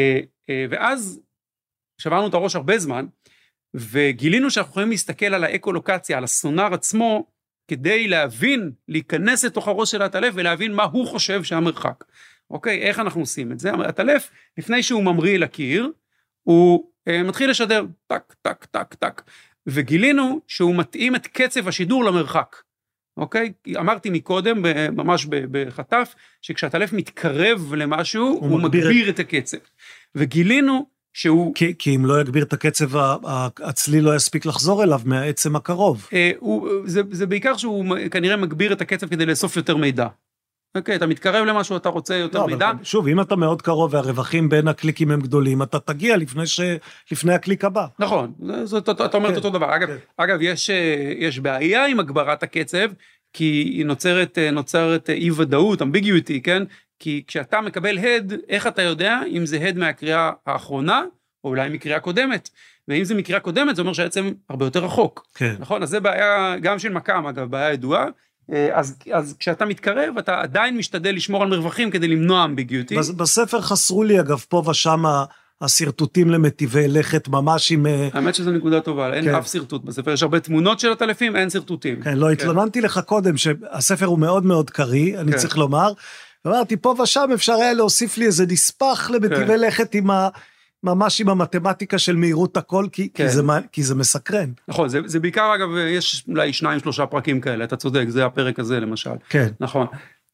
ואז שברנו את הראש הרבה זמן, וגילינו שאנחנו יכולים להסתכל על האקולוקציה, על הסונאר עצמו, כדי להבין, להיכנס לתוך הראש של הטלף, ולהבין מה הוא חושב שהמרחק. אוקיי, איך אנחנו עושים את זה? הטלף, לפני שהוא ממריא לקיר, הוא מתחיל לשדר, טק, טק, טק, טק, וגילינו שהוא מתאים את קצב השידור למרחק, אוקיי? אמרתי מקודם, ממש בחטף, שכשהטלף מתקרב למשהו, הוא, הוא מגביר, מגביר את... את הקצב, וגילינו שהוא... כי, כי אם לא יגביר את הקצב, הצליל לא יספיק לחזור אליו מהעצם הקרוב. הוא, זה, זה בעיקר שהוא כנראה מגביר את הקצב כדי לאסוף יותר מידע. אוקיי, אתה מתקרב למשהו, אתה רוצה יותר לא, מידע. שוב, אם אתה מאוד קרוב והרווחים בין הקליקים הם גדולים, אתה תגיע לפני, ש... לפני הקליק הבא. נכון, זאת, אתה אומר את אותו דבר. אגב, אגב יש, יש בעיה עם הגברת הקצב, כי היא נוצרת, נוצרת אי ודאות, אמביגיוטי, כן? כי כשאתה מקבל הד, איך אתה יודע אם זה הד מהקריאה האחרונה, או אולי מקריאה קודמת? ואם זה מקריאה קודמת, זה אומר שהעצם הרבה יותר רחוק. כן. נכון? אז זה בעיה, גם של מקם, אגב, בעיה ידועה. אז, אז כשאתה מתקרב, אתה עדיין משתדל לשמור על מרווחים כדי למנוע אמביגיוטי. בספר חסרו לי, אגב, פה ושם הסרטוטים למטיבי לכת ממש עם... האמת שזו נקודה טובה, אין אף סרטוט בספר, יש הרבה תמונות של הטלפים, אין סרטוטים. כן, לא התלוננתי לך קודם שהספר הוא מאוד מאוד קרי, אני צריך לומר, ואמרתי, פה ושם אפשר היה להוסיף לי איזה נספח למטיבי לכת עם ה... ממש עם המתמטיקה של מהירות הכל, כי, כן. כי, זה, כי זה מסקרן. נכון, זה, זה בעיקר, אגב, יש אולי שניים, שלושה פרקים כאלה, אתה צודק, זה הפרק הזה למשל. כן. נכון.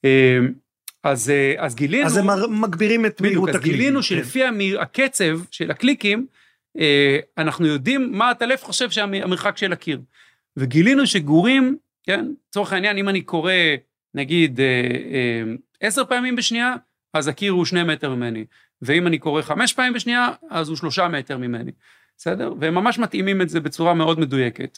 אז, אז גילינו... אז הם מגבירים את מהירות הקליקים. אז גילינו שלפי כן. הקצב של הקליקים, אנחנו יודעים מה הטלף חושב שהמרחק של הקיר. וגילינו שגורים, כן, צורך העניין, אם אני קורא, נגיד, עשר פעמים בשנייה, אז הקיר הוא שני מטר ממני. ואם אני קורא חמש פעמים בשנייה, אז הוא שלושה מטר ממני, בסדר? והם ממש מתאימים את זה בצורה מאוד מדויקת.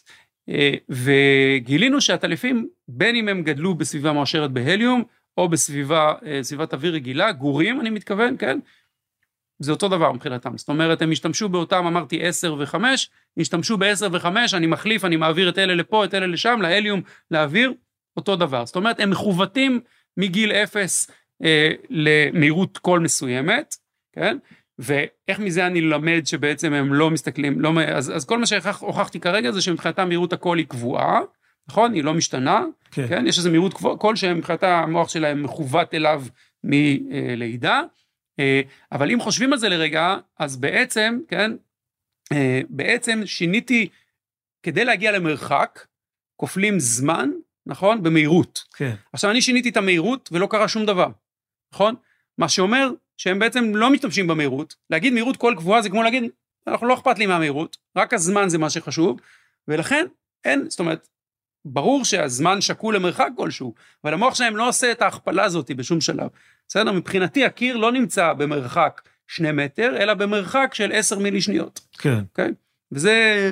וגילינו שהטלפים, בין אם הם גדלו בסביבה מועשרת בהליום, או בסביבה, סביבת אוויר רגילה, גורים, אני מתכוון, כן? זה אותו דבר מבחינתם. זאת אומרת, הם השתמשו באותם, אמרתי עשר וחמש, השתמשו ב-עשר וחמש, אני מחליף, אני מעביר את אלה לפה, את אלה לשם, להליום, לאוויר, אותו דבר. זאת אומרת, הם מחוותים מגיל אפס אה, למהירות קול מסוימת, כן? ואיך מזה אני ללמד שבעצם הם לא מסתכלים, לא, אז, אז כל מה שהוכחתי כרגע זה שמבחינתה מהירות הקול היא קבועה, נכון? היא לא משתנה, כן? כן? יש איזו מהירות קול שמבחינתה המוח שלהם מכוות אליו מלידה, אבל אם חושבים על זה לרגע, אז בעצם, כן? בעצם שיניתי, כדי להגיע למרחק, כופלים זמן נכון? במהירות. כן. עכשיו, אני שיניתי את המהירות, ולא קרה שום דבר, נכון? מה שאומר שהם בעצם לא משתמשים במהירות, להגיד מהירות כל קבועה זה כמו להגיד, אנחנו לא אכפת לי מהמהירות, רק הזמן זה מה שחשוב, ולכן אין, זאת אומרת, ברור שהזמן שקול למרחק כלשהו, אבל המוח שלהם לא עושה את ההכפלה הזאת בשום שלב. בסדר? מבחינתי, הקיר לא נמצא במרחק שני מטר, אלא במרחק של עשר מילי שניות. כן. אוקיי? וזה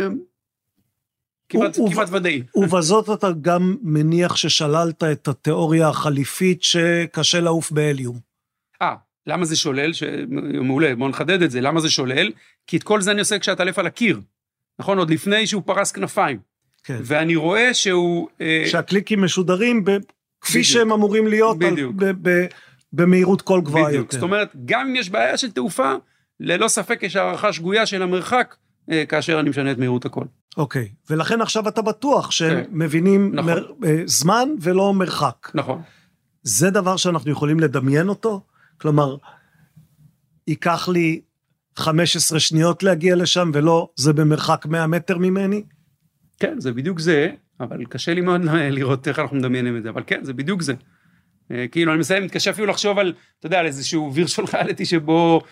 כמעט, ו- כמעט ודאי. ובזאת אתה גם מניח ששללת את התיאוריה החליפית שקשה לעוף בהליום. אה, למה זה שולל? ש... מעולה, בואו נחדד את זה. למה זה שולל? כי את כל זה אני עושה כשאתה עף על הקיר. נכון? עוד לפני שהוא פרס כנפיים. כן. ואני רואה שהוא... שהקליקים משודרים ב... כפי בדיוק. שהם אמורים להיות בדיוק. ב... ב... במהירות כל גבוהה בדיוק. יותר. זאת אומרת, גם אם יש בעיה של תעופה, ללא ספק יש הערכה שגויה של המרחק, כאשר אני משנה את מהירות הכל. אוקיי, ולכן עכשיו אתה בטוח שהם מבינים נכון. מר... זמן ולא מרחק. נכון. זה דבר שאנחנו יכולים לדמיין אותו? כלומר, ייקח לי חמש עשרה שניות להגיע לשם, ולא זה במרחק מאה מטר ממני? כן, זה בדיוק זה, אבל קשה לי מאוד לראות איך אנחנו מדמיינים את זה, אבל כן, זה בדיוק זה. כאילו, אני מסיים, מתקשה אפילו לחשוב על, אתה יודע, על איזשהו וירטואל ריאליטי שבו,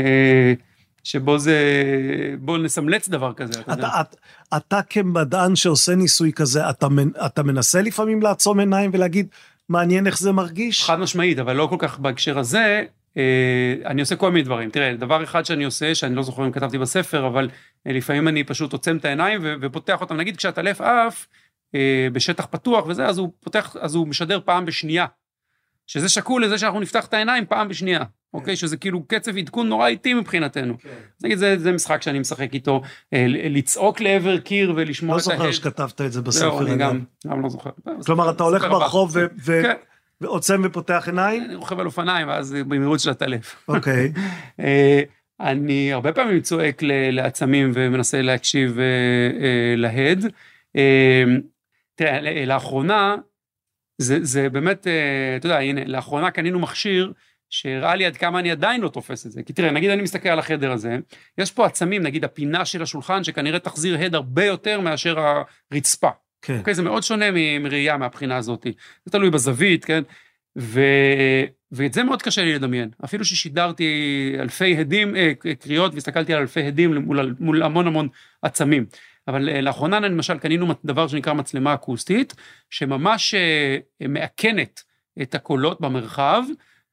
שבו זה, בוא נסמלץ דבר כזה. אתה, אתה, אתה, אתה כמדען שעושה ניסוי כזה, אתה, אתה מנסה לפעמים לעצום עיניים ולהגיד, מעניין איך זה מרגיש? חד משמעית, אבל לא כל כך בהקשר הזה, אני עושה כל מיני דברים. תראה, דבר אחד שאני עושה, שאני לא זוכר אם כתבתי בספר, אבל לפעמים אני פשוט עוצם את העיניים ופותח אותם. נגיד, כשאתה לף אף, בשטח פתוח וזה, אז הוא פותח, אז הוא משדר פעם בשנייה. שזה שקול לזה שאנחנו נפתח את העיניים פעם בשנייה. אוקיי? שזה כאילו קצב עדכון נורא איטי מבחינתנו. אז נגיד, זה, זה משחק שאני משחק איתו, לצעוק לעבר קיר ולשמוע את ההד. לא זוכר שכתבת את זה בספר. אני גם, גם לא זוכר. כלומר, אתה הולך ברחוב ו... ועוצם ופותח עיניים? אני רוכב על אופניים, ואז במהירות של הטלף. אוקיי. אני הרבה פעמים צועק לעצמים ומנסה להקשיב להד. תראה, לאחרונה, זה באמת, אתה יודע, הנה, לאחרונה קנינו מכשיר, שהראה לי עד כמה אני עדיין לא תופס את זה. כי תראה, נגיד אני מסתכל על החדר הזה, יש פה עצמים, נגיד הפינה של השולחן, שכנראה תחזיר הד הרבה יותר מאשר הרצפה. כן. אוקיי, זה מאוד שונה מראייה מהבחינה הזאת. זה תלוי בזווית, כן? ו... ואת זה מאוד קשה לי לדמיין. אפילו ששידרתי אלפי הדים, אה, קריאות, והסתכלתי על אלפי הדים מול, מול המון המון עצמים. אבל אה, לאחרונה, למשל, קנינו דבר שנקרא מצלמה אקוסטית, שממש אה, מאכנת את הקולות במרחב,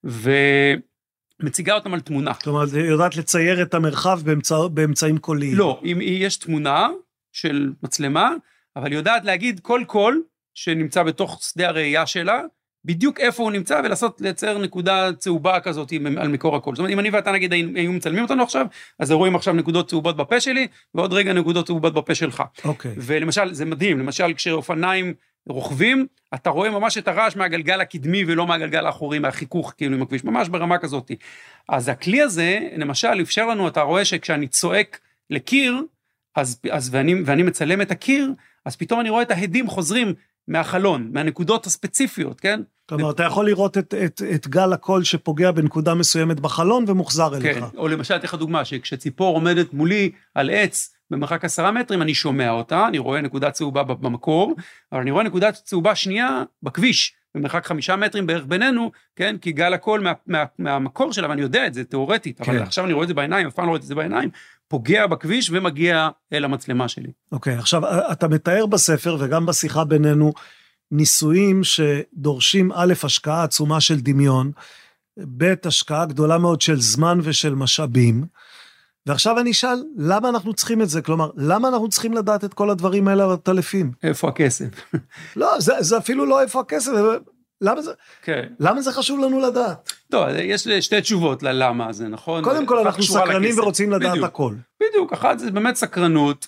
ומציגה אותם על תמונה. כלומר, היא יודעת לצייר את המרחב באמצע, באמצעים קוליים. לא, אם יש תמונה של מצלמה, אבל היא יודעת להגיד כל קול שנמצא בתוך שדה הראייה שלה, בדיוק איפה הוא נמצא, ולעשות, לייצר נקודה צהובה כזאת על מקור הקול. זאת אומרת, אם אני ואתה נגיד, היו מצלמים אותנו עכשיו, אז רואים עכשיו נקודות צהובות בפה שלי, ועוד רגע נקודות צהובות בפה שלך. אוקיי. ולמשל, זה מדהים, למשל, כשאופניים רוכבים, אתה רואה ממש את הרעש מהגלגל הקדמי, ולא מהגלגל האחורי, מהחיכוך, כאילו, עם הכביש, ממש ברמה כזאת. אז הכלי הזה, למשל, אפשר לנו, אתה רואה שכשאני צועק לקיר, אז, אז ואני, ואני מצלם את הקיר, אז פתאום אני רואה את ההדים חוזרים מהחלון, מהנקודות הספציפיות, כן? כלומר, אתה יכול לראות את, את, את גל הקול שפוגע בנקודה מסוימת בחלון ומוחזר אליך. כן, או למשל, תלך דוגמה, שכשציפור עומדת מולי על עץ במרחק עשרה מטרים, אני שומע אותה, אני רואה נקודה צהובה במקור, אבל אני רואה נקודה צהובה שנייה בכביש, במרחק חמישה מטרים בערך בינינו, כן? כי גל הקול מה, מה, מהמקור שלה, ואני יודע את זה תיאורטית, כן. אבל עכשיו אני רואה את זה בעיניים, אף פעם לא רואה את זה בעיניים, פוגע בכביש ומגיע אל המצלמה שלי. אוקיי, עכשיו אתה מתאר בספר וגם בשיחה בינינו, ניסויים שדורשים א', השקעה עצומה של דמיון, ב', השקעה גדולה מאוד של זמן ושל משאבים, ועכשיו אני אשאל, למה אנחנו צריכים את זה? כלומר, למה אנחנו צריכים לדעת את כל הדברים האלה על הטלפים? איפה הכסף? לא, זה, זה אפילו לא איפה הכסף, למה זה, כן. למה זה חשוב לנו לדעת? לא, יש שתי תשובות ללמה זה, נכון? קודם כל אנחנו סקרנים ורוצים לדעת בדיוק, הכל. בדיוק, אחת זה באמת סקרנות,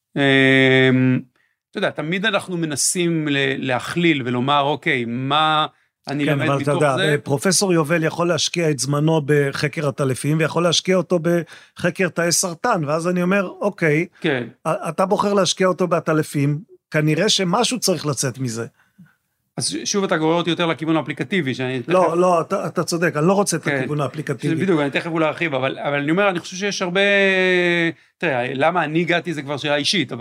אתה יודע, תמיד אנחנו מנסים להכליל ולומר, אוקיי, מה אני כן, למד אבל מתוך אתה יודע, זה? פרופסור יובל יכול להשקיע את זמנו בחקר הטלפים, ויכול להשקיע אותו בחקר תאי סרטן, ואז אני אומר, אוקיי, כן. אתה בוחר להשקיע אותו בטלפים, כנראה שמשהו צריך לצאת מזה. אז שוב אתה גורר אותי יותר לכיוון האפליקטיבי, שאני... לא, תכף... לא, אתה, אתה צודק, אני לא רוצה את כן. הכיוון האפליקטיבי. בדיוק, אני תכף אולי להרחיב, אבל, אבל אני אומר, אני חושב שיש הרבה... תראה, למה אני הגעתי זה כבר שאלה אישית, אבל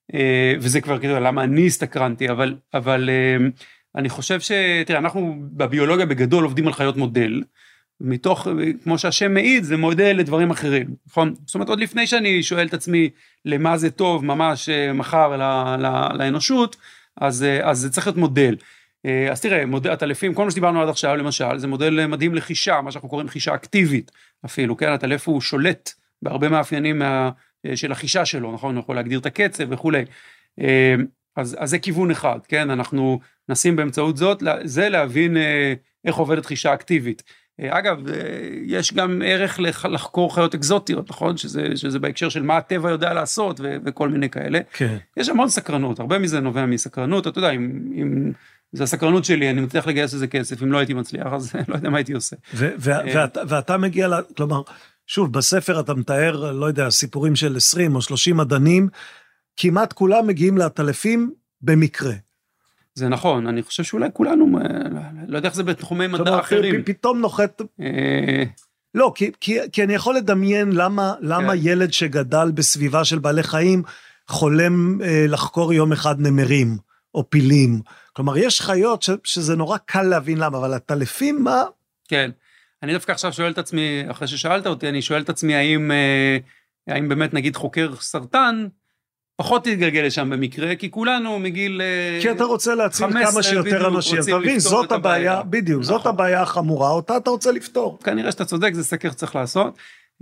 וזה כבר כאילו למה אני הסתקרנתי, אבל, אבל אני חושב ש... תראה, אנחנו בביולוגיה בגדול עובדים על חיות מודל, מתוך, כמו שהשם מעיד, זה מודל לדברים אחרים, נכון? זאת אומרת, עוד לפני שאני שואל את עצמי למה זה טוב ממש מחר לאנושות, אז, אז זה צריך להיות מודל. אז תראה, מודל, הטלפים, כל מה שדיברנו עד עכשיו, למשל, זה מודל מדהים לחישה, מה שאנחנו קוראים חישה אקטיבית, אפילו, כן? הטלף הוא שולט בהרבה מאפיינים מה, של החישה שלו, נכון? הוא יכול להגדיר את הקצב וכו'. אז, אז זה כיוון אחד, כן? אנחנו נשים באמצעות זאת, זה להבין איך עובדת חישה אקטיבית. אגב, יש גם ערך לחקור חיות אקזוטיות, נכון? שזה, שזה בהקשר של מה הטבע יודע לעשות ו, וכל מיני כאלה. כן. יש המון סקרנות, הרבה מזה נובע מסקרנות, אתה יודע, אם, אם זה הסקרנות שלי, אני מצליח לגייס איזה כסף, אם לא הייתי מצליח, אז לא יודע מה הייתי עושה. ו- ו- ואתה, ואתה מגיע, לה, כלומר, שוב, בספר אתה מתאר, לא יודע, סיפורים של עשרים או שלושים מדענים, כמעט כולם מגיעים לטלפים במקרה. זה נכון, אני חושב שאולי כולנו, לא יודע איך זה בתחומי מדע אחרים. פתאום נוחת... לא, כי, כי, כי אני יכול לדמיין למה, למה ילד שגדל בסביבה של בעלי חיים, חולם לחקור יום אחד נמרים, או פילים. כלומר, יש חיות ש, שזה נורא קל להבין למה, אבל הטלפים, מה? כן, אני דווקא עכשיו שואל את עצמי, אחרי ששאלת אותי, אני שואל את עצמי, האם, האם באמת נגיד חוקר סרטן, פחות תתגלגל לשם במקרה, כי כולנו מגיל... כי אתה רוצה להציל כמה שיותר אנשים, אתה מבין, זאת הבעיה, בדיוק, זאת הבעיה החמורה, אותה אתה רוצה לפתור. כנראה שאתה צודק, זה סקר שצריך לעשות.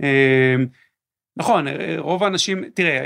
נכון, רוב האנשים, תראה,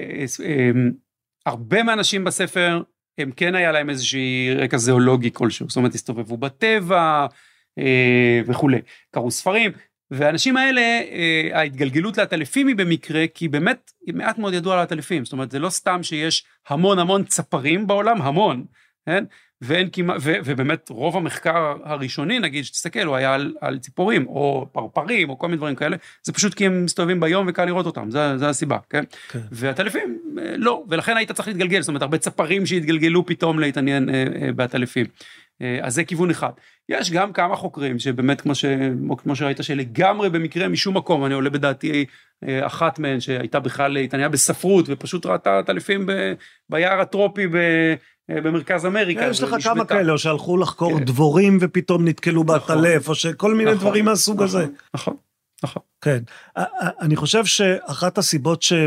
הרבה מהאנשים בספר, הם כן היה להם איזושהי רקע זואולוגי כלשהו, זאת אומרת, הסתובבו בטבע וכו', קראו ספרים, והאנשים האלה, ההתגלגלות לעטלפים היא במקרה, כי באמת מעט מאוד ידוע על העטלפים, זאת אומרת, זה לא סתם שיש המון המון צפרים בעולם, המון, כן? ואין כמעט, ו, ובאמת רוב המחקר הראשוני, נגיד שתסתכל, הוא היה על, על ציפורים, או פרפרים, או כל מיני דברים כאלה, זה פשוט כי הם מסתובבים ביום וקל לראות אותם, זה, זה הסיבה, כן? כן. והעטלפים, לא, ולכן היית צריך להתגלגל, זאת אומרת, הרבה צפרים שהתגלגלו פתאום להתעניין בעטלפים. אז זה כיוון אחד. יש גם כמה חוקרים שבאמת כמו, ש... כמו שראית שלגמרי במקרה משום מקום, אני עולה בדעתי אחת מהן שהייתה בכלל התעניינה בספרות ופשוט ראתה עטלפים ב... ביער הטרופי ב... במרכז אמריקה. יש לך כמה כאלה או שהלכו לחקור דבורים ופתאום נתקלו בעטלף או שכל מיני דברים מהסוג הזה. נכון, נכון. כן. אני חושב שאחת הסיבות ש...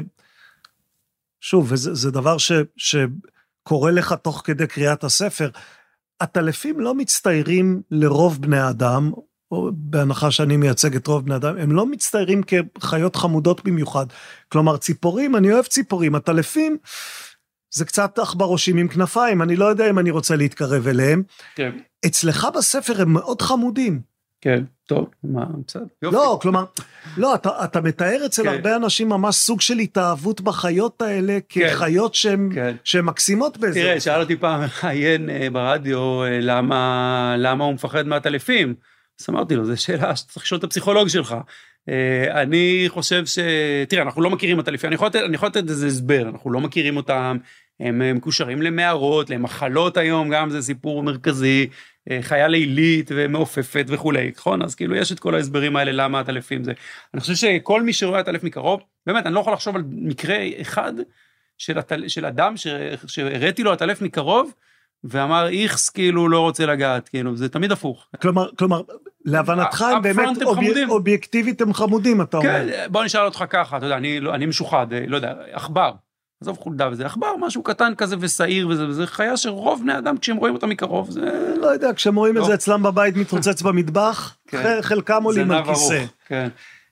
שוב, וזה דבר ש... שקורה לך תוך כדי קריאת הספר, עטלפים לא מצטיירים לרוב בני האדם, או בהנחה שאני מייצג את רוב בני האדם, הם לא מצטיירים כחיות חמודות במיוחד. כלומר, ציפורים, אני אוהב ציפורים, עטלפים, זה קצת עכברושים עם כנפיים, אני לא יודע אם אני רוצה להתקרב אליהם. כן. אצלך בספר הם מאוד חמודים. כן, טוב, מה, בסדר. לא, כלומר, לא, אתה, אתה מתאר אצל כן. הרבה אנשים ממש סוג של התאהבות בחיות האלה, כחיות כן. שהן, כן. שהן מקסימות בזה. תראה, שאל אותי פעם מראיין ברדיו, למה, למה הוא מפחד מהטלפים? אז אמרתי לו, זו שאלה שצריך לשאול את הפסיכולוג שלך. אני חושב ש... תראה, אנחנו לא מכירים את הטלפים, אני יכול לתת איזה הסבר, אנחנו לא מכירים אותם, הם מקושרים למערות, למחלות היום, גם זה סיפור מרכזי, חיה לילית ומעופפת וכולי, נכון? אז כאילו יש את כל ההסברים האלה, למה הטלפים זה. אני חושב שכל מי שרואה הטלף מקרוב, באמת, אני לא יכול לחשוב על מקרה אחד של, הטל... של אדם ש... שהראיתי לו הטלף מקרוב, ואמר, איכס כאילו לא רוצה לגעת, כאילו, זה תמיד הפוך. כלומר, כלומר, להבנתך הם באמת אובי... אובייקטיבית הם חמודים, אתה אומר. כן, בוא נשאל אותך ככה, אתה יודע, אני, אני משוחד, לא יודע, אכבר. עזוב חולדה וזה, עכבר, משהו קטן כזה וסעיר וזה, וזה חיה שרוב בני אדם כשהם רואים אותה מקרוב, זה... לא יודע, כשהם רואים את זה אצלם בבית מתרוצץ במטבח, חלקם עולים על כיסא. כן.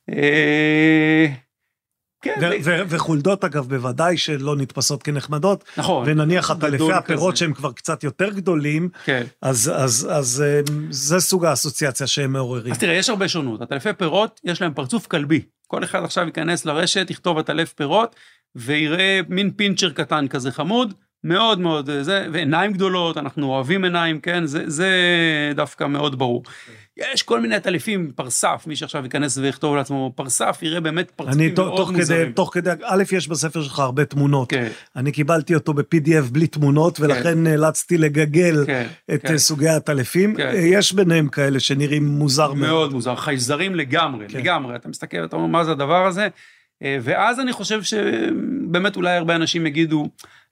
וחולדות אגב בוודאי שלא נתפסות כנחמדות, ונניח עטלפי הפירות שהם כבר קצת יותר גדולים, אז זה סוג האסוציאציה שהם מעוררים. אז תראה, יש הרבה שונות, עטלפי פירות יש להם פרצוף כלבי, כל אחד עכשיו ייכנס לרשת, יכתוב עטלף פירות, ויראה מין פינצ'ר קטן כזה חמוד, מאוד מאוד, זה, ועיניים גדולות, אנחנו אוהבים עיניים, כן, זה, זה דווקא מאוד ברור. יש כל מיני עטלפים, פרסף, מי שעכשיו ייכנס ויכתוב לעצמו, פרסף יראה באמת פרצפים מאוד מוזרים. תוך כדי, א', יש בספר שלך הרבה תמונות, אני קיבלתי אותו ב-פי די אף בלי תמונות, ולכן נאלצתי לגגל את סוגי העטלפים, יש ביניהם כאלה שנראים מוזר מאוד. מאוד מוזר, חייזרים לגמרי, לגמרי, אתה מסתכל, אתה אומר, מה זה הדבר הזה? ואז אני חושב שבאמת אולי הרבה אנשים יגידו,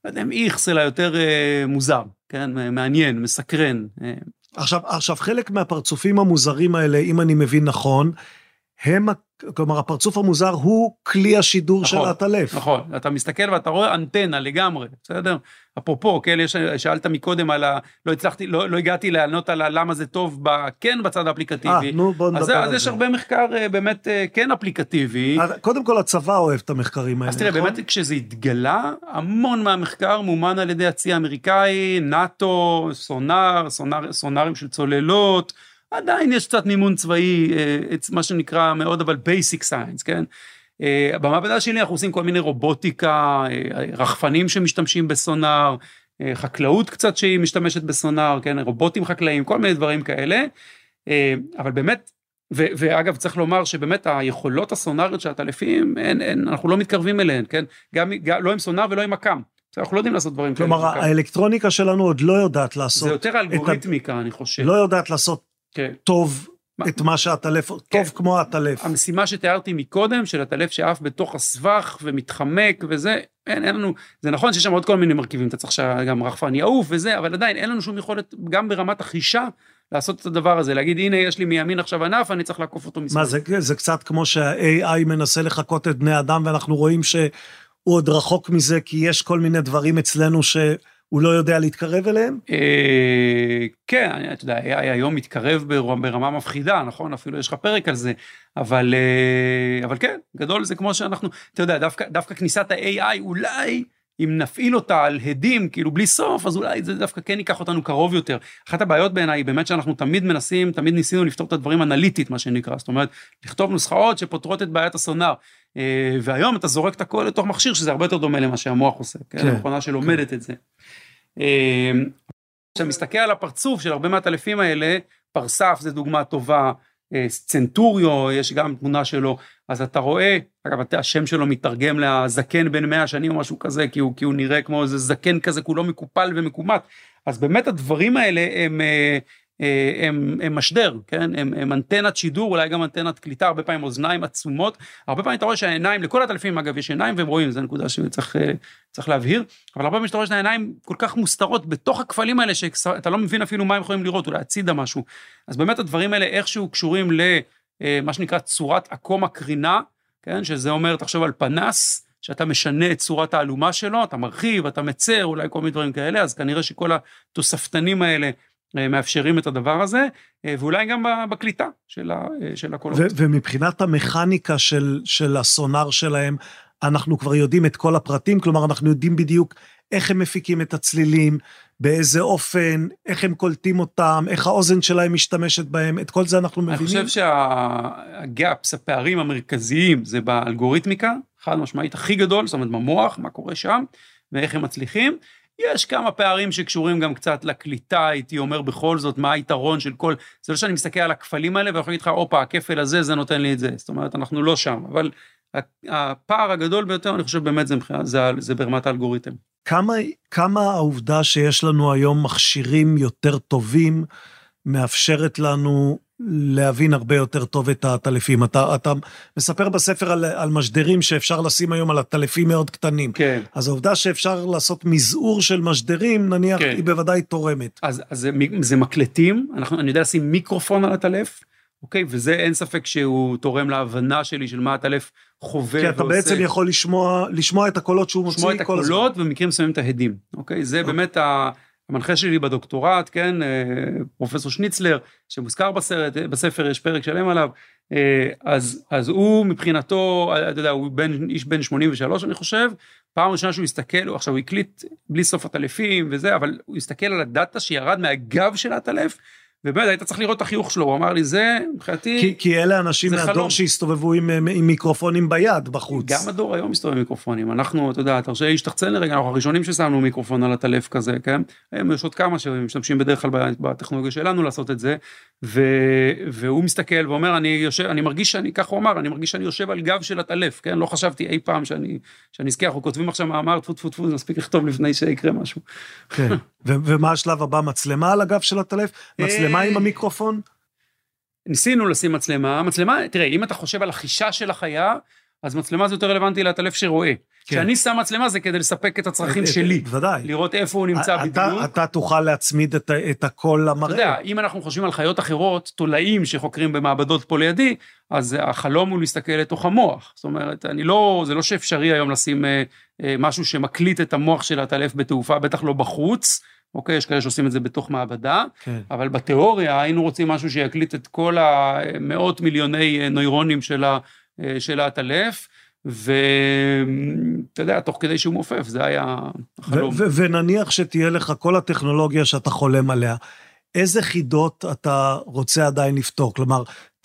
לא יודע אם איכס, אלא יותר אה, מוזר, כן? מעניין, מסקרן. אה. עכשיו, עכשיו, חלק מהפרצופים המוזרים האלה, אם אני מבין נכון, הם, כלומר, הפרצוף המוזר הוא כלי השידור נכון, של העטלף. נכון, אתה מסתכל ואתה רואה אנטנה לגמרי, בסדר? אפרופו, כן, יש, שאלת מקודם על ה... לא הצלחתי, לא, לא הגעתי לענות על למה זה טוב ב, כן בצד האפליקטיבי. אה, נו, בוא נדבר אז, על אז זה. יש הרבה מחקר באמת כן אפליקטיבי. קודם כל, הצבא אוהב את המחקרים האלה, אז תראה, נכון? באמת כשזה התגלה, המון מהמחקר מומן על ידי הצי האמריקאי, נאטו, סונאר, סונאר, סונארים של צוללות, עדיין יש קצת מימון צבאי, מה שנקרא מאוד, אבל basic science, כן? במעבדה שלי אנחנו עושים כל מיני רובוטיקה, רחפנים שמשתמשים בסונאר, חקלאות קצת שהיא משתמשת בסונאר, כן? רובוטים חקלאיים, כל מיני דברים כאלה, אבל באמת, ו- ואגב צריך לומר שבאמת היכולות הסונאריות של הטלפים, אין, אין, אנחנו לא מתקרבים אליהן, כן? גם, גם לא עם סונאר ולא עם מקם. אנחנו לא יודעים לעשות דברים כאלה. כלומר, האלקטרוניקה שלנו עוד לא יודעת לעשות... זה יותר אלגוריתמיקה, אני חושב. לא יודעת לעשות כן. טוב את מה שהטלף, טוב כן. כמו הטלף. המשימה שתיארתי מקודם, של הטלף שאף בתוך הסבך ומתחמק וזה, אין, אין לנו, זה נכון שיש שם עוד כל מיני מרכיבים, אתה צריך שגם רחפן יעוף וזה, אבל עדיין אין לנו שום יכולת, גם ברמת החישה, לעשות את הדבר הזה, להגיד, הנה יש לי מימין עכשיו ענף, אני צריך לעקוף אותו מסביב. מה, זה, זה קצת כמו שה-איי איי מנסה לחקות את בני אדם, ואנחנו רואים שהוא עוד רחוק מזה, כי יש כל מיני דברים אצלנו שהוא לא יודע להתקרב אליהם? כן, אתה יודע, ה-איי איי היום מתקרב ברמה מפחידה, נכון? אפילו יש לך פרק על זה, אבל, אבל כן, גדול זה כמו שאנחנו, אתה יודע, דווקא, דווקא כניסת ה-איי איי אולי, אם נפעיל אותה על הדים, כאילו בלי סוף, אז אולי זה דווקא כן ייקח אותנו קרוב יותר. אחת הבעיות בעיניי היא באמת שאנחנו תמיד מנסים, תמיד ניסינו לפתור את הדברים אנליטית, מה שנקרא, זאת אומרת, לכתוב נוסחאות שפותרות את בעיית הסונאר, והיום אתה זורק את הכל לתוך מכשיר, שזה הרבה יותר דומה למה שהמוח עושה, כן? המכונה שלומדת את זה. כשאתה מסתכל על הפרצוף של הרבה מהטלפים האלה, פרסף זה דוגמה טובה, צנטוריו, יש גם תמונה שלו, אז אתה רואה, אגב, השם שלו מתרגם לזקן בין מאה שנים או משהו כזה, כי הוא, כי הוא נראה כמו איזה זקן כזה, כולו מקופל ומקומט, אז באמת הדברים האלה הם, הם, הם משדר, כן? הם, הם אנטנת שידור, אולי גם אנטנת קליטה, הרבה פעמים אוזניים עצומות, הרבה פעמים אתה רואה שהעיניים, לכל הטלפים אגב יש עיניים והם רואים, זו נקודה שצריך צריך להבהיר, אבל הרבה פעמים שאתה רואה שהעיניים כל כך מוסתרות בתוך הכפלים האלה, שאתה לא מבין אפילו מה הם יכולים לראות, אולי הצידה משהו, אז באמת הדברים האלה איכשהו קשורים למה שנקרא צורת עקום הקרינה, כן? שזה אומר, תחשוב על פנס, שאתה משנה את צורת העלומה שלו, אתה מרחיב, אתה מצר, אולי כל מיני דברים כאלה, אז כנראה שכל התוספתנים האלה מאפשרים את הדבר הזה, ואולי גם בקליטה של, ה, של הקולות. ו- ומבחינת המכניקה של, של הסונאר שלהם, אנחנו כבר יודעים את כל הפרטים, כלומר אנחנו יודעים בדיוק איך הם מפיקים את הצלילים, באיזה אופן, איך הם קולטים אותם, איך האוזן שלהם משתמשת בהם, את כל זה אנחנו מבינים. אני חושב שהגאפס, הפערים המרכזיים, זה באלגוריתמיקה, חד משמעית הכי גדול, זאת אומרת במוח, מה קורה שם, ואיך הם מצליחים. יש כמה פערים שקשורים גם קצת לקליטה, הייתי אומר בכל זאת, מה היתרון של כל, זה לא שאני מסתכל על הכפלים האלה, ואני אגיד לך, אופה, הכפל הזה, זה נותן לי את זה, זאת אומרת, אנחנו לא שם, אבל הפער הגדול ביותר, אני חושב באמת זה, זה, זה ברמת האלגוריתם. כמה, כמה העובדה שיש לנו היום מכשירים יותר טובים, מאפשרת לנו להבין הרבה יותר טוב את הטלפים. אתה, אתה מספר בספר על, על משדרים שאפשר לשים היום על הטלפים מאוד קטנים. כן. אז העובדה שאפשר לעשות מזעור של משדרים, נניח, כן. היא בוודאי תורמת. אז, אז זה, זה מקלטים, אנחנו, אני יודע לשים מיקרופון על הטלף, אוקיי? וזה אין ספק שהוא תורם להבנה שלי של מה הטלף חווה ועושה. כי אתה בעצם יכול לשמוע, לשמוע את הקולות שהוא מוציא כל הזמן. לשמוע את הקולות ומקרים שמים את ההדים, אוקיי? זה באמת ה... המנחה שלי בדוקטורט, כן, פרופסור שניצלר, שמוזכר בסרט, בספר יש פרק שלם עליו, אז, אז הוא מבחינתו, אתה יודע, הוא בן, איש בן שמונים ושלוש, אני חושב, פעם ראשונה שהוא הסתכל, עכשיו הוא הקליט בלי סוף הטלפים וזה, אבל הוא הסתכל על הדאטה שירד מהגב של הטלף, ובאמת, היית צריך לראות את החיוך שלו, הוא אמר לי, זה, מבחינתי... כי, כי אלה אנשים מהדור שהסתובבו עם, עם מיקרופונים ביד בחוץ. גם הדור היום מסתובב עם מיקרופונים, אנחנו, אתה יודע, תרשה להשתחצן לרגע, אנחנו הראשונים ששמנו מיקרופון על הטלף כזה, כן? היום יש עוד כמה שמשתמשים בדרך כלל בטכנולוגיה שלנו לעשות את זה, ו, והוא מסתכל ואומר, אני יושב, אני מרגיש שאני, כך הוא אמר, אני מרגיש שאני יושב על גב של הטלף, כן? לא חשבתי אי פעם שאני, שאני אזכר, אנחנו כותבים עכשיו מאמר, טפו טפו טפו, זה מספיק לכתוב לפני שיקרה משהו. כן. ו- ומה השלב הבא? מצלמה על הגב של הטלף? מצלמה עם המיקרופון? ניסינו לשים מצלמה, מצלמה, תראה, אם אתה חושב על החישה של החיה, אז מצלמה זה יותר רלוונטי לעטלף שרואה. כשאני שם מצלמה זה כדי לספק את הצרכים שלי. ודאי. לראות איפה הוא נמצא בדיוק. אתה תוכל להצמיד את הכל למראה. אתה יודע, אם אנחנו חושבים על חיות אחרות, תולעים שחוקרים במעבדות פה לידי, אז החלום הוא להסתכל לתוך המוח. זאת אומרת, אני לא, זה לא שאפשרי היום לשים משהו שמקליט את המוח של העטלף בתעופה, בטח לא בחוץ, אוקיי, יש כאלה שעושים את זה בתוך מעבדה, כן. אבל בתיאוריה היינו רוצים משהו שיקליט את כל המאות מיליוני נוירונים של ה... של העטלף, ואתה יודע, תוך כדי שהוא מופף, זה היה החלום. ונניח שתהיה לך כל הטכנולוגיה שאתה חולם עליה, איזה חידות אתה רוצה עדיין לפתור? כלומר,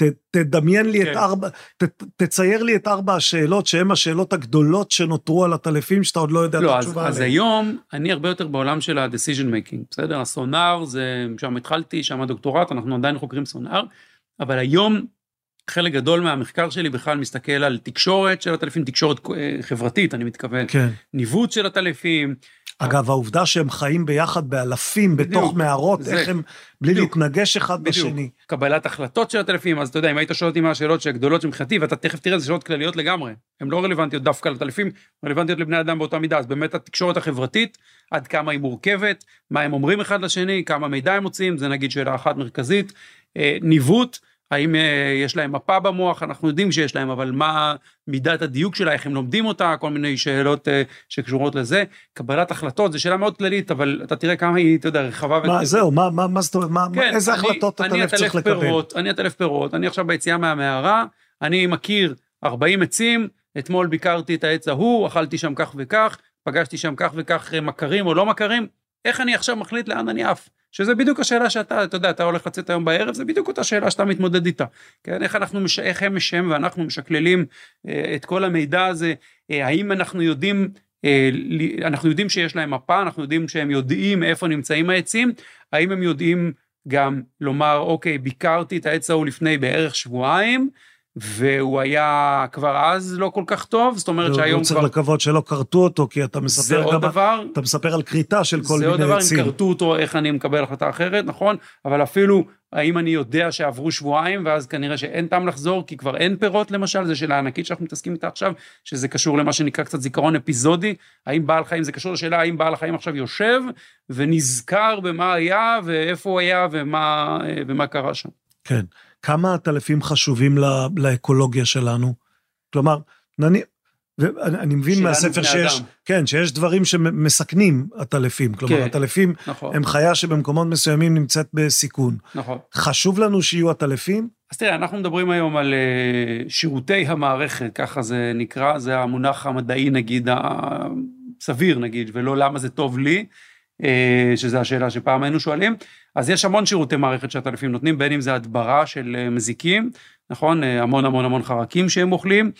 תדמיין לי את ארבע, תצייר לי את ארבע השאלות, שהן השאלות הגדולות שנותרו על הטלפים, שאתה עוד לא יודע את התשובה עליהן. אז היום, אני הרבה יותר בעולם של ה-decision making, בסדר? הסונאר, זה, שם התחלתי, שם הדוקטורט, אנחנו עדיין חוקרים סונאר, אבל היום, חלק גדול מהמחקר שלי בכלל מסתכל על תקשורת של הטלפים, תקשורת חברתית, אני מתכוון, כן. ניווט של הטלפים. אגב, העובדה שהם חיים ביחד באלפים, בדיוק, בתוך מערות, זה, איך הם, בלי בדיוק, להתנגש אחד בדיוק. בשני. קבלת החלטות של הטלפים, אז אתה יודע, אם היית שואל אותי מה השאלות שהגדולות שמחתי, ואתה תכף תראה, זה שאלות כלליות לגמרי, הן לא רלוונטיות דווקא לטלפים, רלוונטיות לבני אדם באותה מידה, אז באמת התקשורת החברתית, עד כמה היא מורכבת, מה הם אומרים אחד לשני, כמה מידע הם מוצאים, זה נגיד שאלה אחת מרכזית, ניווט, האם יש להם מפה במוח, אנחנו יודעים שיש להם, אבל מה מידת הדיוק שלה, איך הם לומדים אותה, כל מיני שאלות שקשורות לזה, קבלת החלטות, זו שאלה מאוד כללית, אבל אתה תראה כמה היא, אתה יודע, רחבה. מה, זהו, מה, מה, מה, מה, כן, איזה אני, החלטות אתה צריך לקבל? פירות, אני אטלף פירות, אני עכשיו ביציאה מהמערה, אני מכיר ארבעים עצים, אתמול ביקרתי את העץ ההוא, אכלתי שם כך וכך, פגשתי שם כך וכך מכרים או לא מכרים, איך אני עכשיו מחליט לאן אני עף? שזה בדיוק השאלה שאתה, אתה יודע, אתה הולך לצאת היום בערב, זה בדיוק אותה שאלה שאתה מתמודד איתה. כן, איך אנחנו, איך הם משם ואנחנו משקללים אה, את כל המידע הזה, אה, האם אנחנו יודעים, אה, אנחנו יודעים שיש להם מפה, אנחנו יודעים שהם יודעים איפה נמצאים העצים, האם הם יודעים גם לומר, אוקיי, ביקרתי את העץ ההוא לפני בערך שבועיים, והוא היה כבר אז לא כל כך טוב, זאת אומרת שהיום כבר... הוא צריך לקוות שלא קרטו אותו, כי אתה מספר גם... דבר, אתה מספר על קריטה של כל מיני עצים. זה עוד דבר, אם קרטו אותו, איך אני מקבל החלטה אחרת, נכון? אבל אפילו, האם אני יודע שעברו שבועיים, ואז כנראה שאין טעם לחזור, כי כבר אין פירות למשל, זה שאלה ענקית שאנחנו מתעסקים איתה עכשיו, שזה קשור למה שנקרא קצת זיכרון אפיזודי, האם בעל חיים, זה קשור לשאלה, האם בעל חיים עכשיו יושב, ונזכר במה היה, ואיפה הוא היה, ומה, ומה קרה שם. כן. כמה הטלפים חשובים לאקולוגיה שלנו? כלומר, אני, אני מבין מהספר שיש, כן, שיש דברים שמסכנים הטלפים, כלומר, כן, הטלפים נכון. הם חיה שבמקומות מסוימים נמצאת בסיכון. נכון. חשוב לנו שיהיו הטלפים? אז תראה, אנחנו מדברים היום על שירותי המערכת, ככה זה נקרא, זה המונח המדעי נגיד, הסביר נגיד, ולא למה זה טוב לי, שזה השאלה שפעם היינו שואלים, אז יש המון שירותי מערכת שהטלפים נותנים, בין אם זה הדברה של מזיקים, נכון? המון המון המון חרקים שהם אוכלים,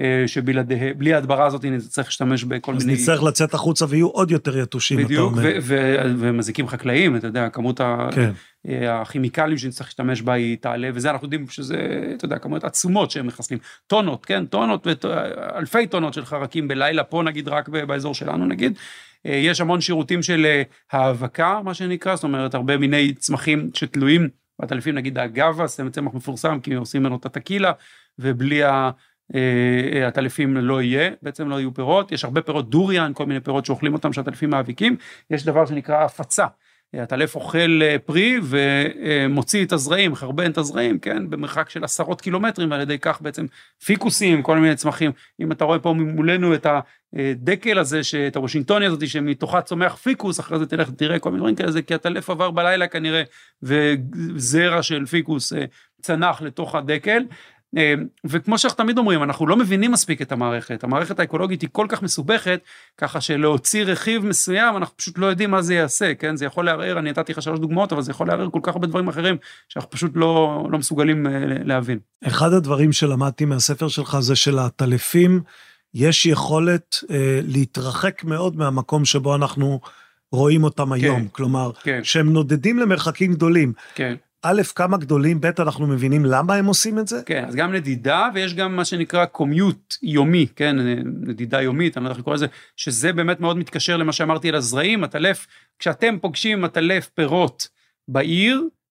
שבלי ההדברה הזאת צריך להשתמש בכל אז מיני... אז נצטרך לצאת החוצה ויהיו עוד יותר יתושים, בדיוק, ומזיקים חקלאיים, אתה יודע, כמות כן. הכימיקלים שנצטרך להשתמש בה היא תעלה, וזה אנחנו יודעים שזה, אתה יודע, כמות עצומות שהם מחסלים, טונות, כן, טונות, אלפי טונות של חרקים בלילה, פה נגיד רק באזור שלנו נגיד, יש המון שירותים של האבקה, מה שנקרא, זאת אומרת, הרבה מיני צמחים שתלויים, הטלפים נגיד הגאווה, זה צמח מפורסם, כי עושים ממנו את הטקילה, ובלי הטלפים לא יהיה, בעצם לא יהיו פירות, יש הרבה פירות דוריאן, כל מיני פירות שאוכלים אותם שהטלפים מאביקים, יש דבר שנקרא הפצה, הטלף אוכל פרי ומוציא את הזרעים, מחרבן את הזרעים, כן, במרחק של עשרות קילומטרים, ועל ידי כך בעצם פיקוסים, כל מיני צמחים, אם אתה רואה פה מולנו את הדקל הזה, את הוושינגטוני הזאת, שמתוכה צומח פיקוס, אחרי זה תלך תראה כל מיני דברים כאלה, כי הטלף עבר בלילה כנראה, וזרע של פיקוס צנח לתוך הדקל, וכמו שאנחנו תמיד אומרים, אנחנו לא מבינים מספיק את המערכת, המערכת האקולוגית היא כל כך מסובכת, ככה שלהוציא רכיב מסוים, אנחנו פשוט לא יודעים מה זה יעשה, כן? זה יכול לערער, אני נתתי לך שלוש דוגמאות, אבל זה יכול לערער כל כך הרבה דברים אחרים, שאנחנו פשוט לא, לא מסוגלים להבין. אחד הדברים שלמדתי מהספר שלך, זה שלטלפים, יש יכולת אה, להתרחק מאוד מהמקום שבו אנחנו רואים אותם היום, כן, כלומר, כן. שהם נודדים למרחקים גדולים. כן. א', כמה גדולים, ב', אנחנו מבינים למה הם עושים את זה? כן, אז גם נדידה, ויש גם מה שנקרא קומיוט יומי, כן, נדידה יומית, אני לא יודע איך לקרוא לזה, שזה באמת מאוד מתקשר למה שאמרתי על הזרעים, הטלף, כשאתם פוגשים הטלף פירות בעיר,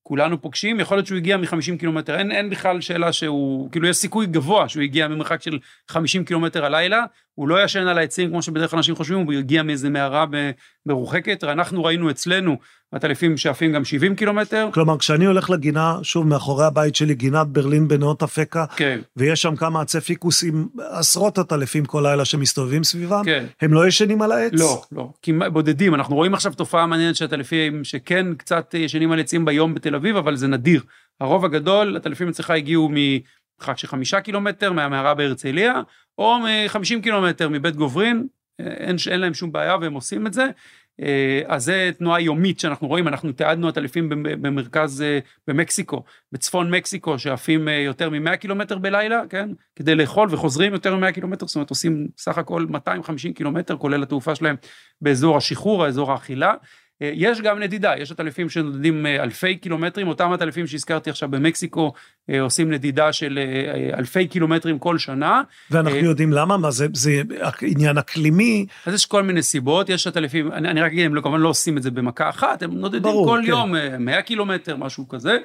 כולנו פוגשים, יכול להיות שהוא הגיע מ-חמישים קילומטר, אין, אין בכלל שאלה שהוא, כאילו יש סיכוי גבוה שהוא הגיע ממרחק של חמישים קילומטר הלילה, הוא לא ישן על העצים כמו שבדרך כלל אנשים חושבים, הוא הגיע מאיזה מערה מרוחקת, אנחנו ראינו אצלנו, הטלפים שעפים גם שבעים קילומטר. כלומר, כשאני הולך לגינה, שוב מאחורי הבית שלי, גינת ברלין בנאות אפקה, כן. ויש שם כמה עצי פיקוס עם עשרות הטלפים כל לילה שמסתובבים סביבם, כן. הם לא ישנים על העץ? לא, לא, כי בודדים, אנחנו רואים עכשיו תופעה מעניינת שהטלפים שכן קצת ישנים על עצים ביום בתל אביב, אבל זה נדיר. הרוב הגדול, הטלפים אצלך הגיעו ממרחק של חמישה קילומטר מהמערה בהרצליה, או מ-חמישים קילומטר מבית גוברין, אין, אין להם שום בעיה והם עושים את זה. אז זה תנועה יומית שאנחנו רואים, אנחנו תיעדנו הטלפים במרכז, במקסיקו, בצפון מקסיקו, שעפים יותר מ-מאה קילומטר בלילה, כן? כדי לאכול וחוזרים יותר מ-מאה קילומטר, זאת אומרת עושים סך הכל מאתיים וחמישים קילומטר, כולל התעופה שלהם באזור השחרור, האזור האכילה. יש גם נדידה, יש הטלפים שנודדים אלפי קילומטרים, אותם הטלפים שהזכרתי עכשיו במקסיקו, עושים נדידה של אלפי קילומטרים כל שנה. ואנחנו יודעים למה, מה זה, זה עניין אקלימי. אז יש כל מיני סיבות, יש הטלפים, אני, אני רק אגיד, הם לא, כמובן לא עושים את זה במכה אחת, הם נודדים ברור, כל כן. יום מאה קילומטר, משהו כזה.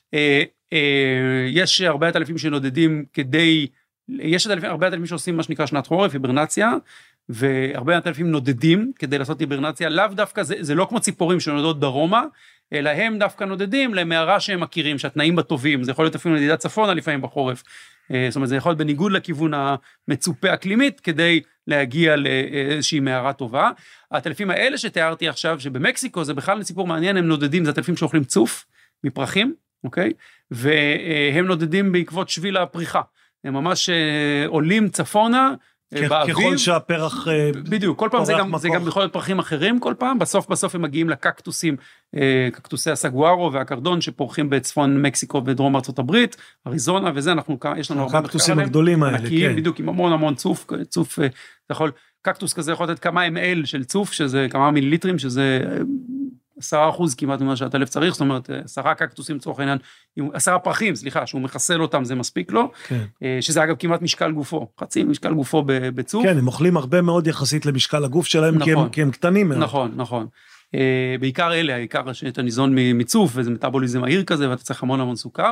יש הרבה הטלפים שנודדים כדי, יש הרבה הטלפים שעושים מה שנקרא שנת חורף, היברנציה, והרבה הטלפים נודדים כדי לעשות היברנציה, לאו דווקא, זה, זה לא כמו ציפורים שנודדות דרומה, אלא הם דווקא נודדים למערה שהם מכירים, שהתנאים בטובים, זה יכול להיות אפילו נדידת צפונה לפעמים בחורף, זאת אומרת זה יכול להיות בניגוד לכיוון המצופה אקלימית, כדי להגיע לאיזושהי מערה טובה. הטלפים האלה שתיארתי עכשיו, שבמקסיקו זה בכלל סיפור מעניין, הם נודדים, זה הטלפים שאוכלים צוף מפרחים, אוקיי? והם נודדים בעקבות שביל הפריחה, הם ממש עולים צפונה, ככל שהפרח בדיוק, כל פעם זה גם, זה גם יכול להיות פרחים אחרים כל פעם, בסוף בסוף הם מגיעים לקקטוסים, קקטוסי הסגוארו והקרדון שפורחים בצפון מקסיקו ודרום ארצות הברית, אריזונה וזה, אנחנו, יש לנו הרבה הקקטוסים הגדולים האלה, כן. בדיוק, עם המון המון צוף, צוף, אתה יכול, קקטוס כזה יכול לתת כמה אם-אל של צוף, שזה כמה מיליליטרים, שזה עשרה אחוז כמעט ממה שהטלף צריך, זאת אומרת, עשרה קקטוסים לצורך העניין, עשרה פרחים, סליחה, שהוא מחסל אותם, זה מספיק לו, כן. שזה אגב כמעט משקל גופו, חצי משקל גופו בצוף. כן, הם אוכלים הרבה מאוד יחסית למשקל הגוף שלהם, נכון, כי, הם, כי הם קטנים מאוד. נכון, נכון. בעיקר אלה, העיקר שאתה ניזון מצוף, וזה מטאבוליזם מהיר כזה, ואתה צריך המון המון סוכר.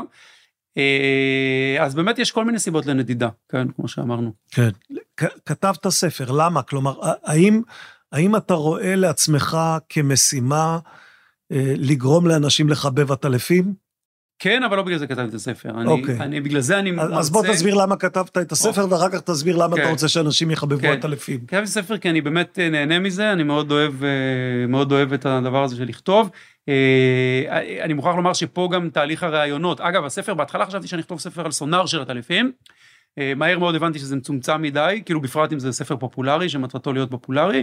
אז באמת יש כל מיני סיבות לנדידה, כן, כמו שאמרנו. כן, כתבת ספר, למה? כלומר, האם... האם אתה רואה לעצמך כמשימה אה, לגרום לאנשים לחבב עטלפים? כן, אבל לא בגלל זה כתבתי את הספר. אני, okay. אני, בגלל זה אני אז, מרצה... אז בוא תסביר למה כתבת את הספר, okay. ואחר כך תסביר למה okay. אתה רוצה שאנשים יחבבו עטלפים. כתבתי את הספר כי אני באמת נהנה מזה, אני מאוד אוהב, מאוד אוהב את הדבר הזה של לכתוב. אני מוכרח לומר שפה גם תהליך הרעיונות. אגב, הספר, בהתחלה חשבתי שאני אכתוב ספר על סונאר של עטלפים, מהר מאוד הבנתי שזה מצומצם מדי, כאילו בפרט אם זה ספר פופולרי, שמטרתו להיות פופולרי,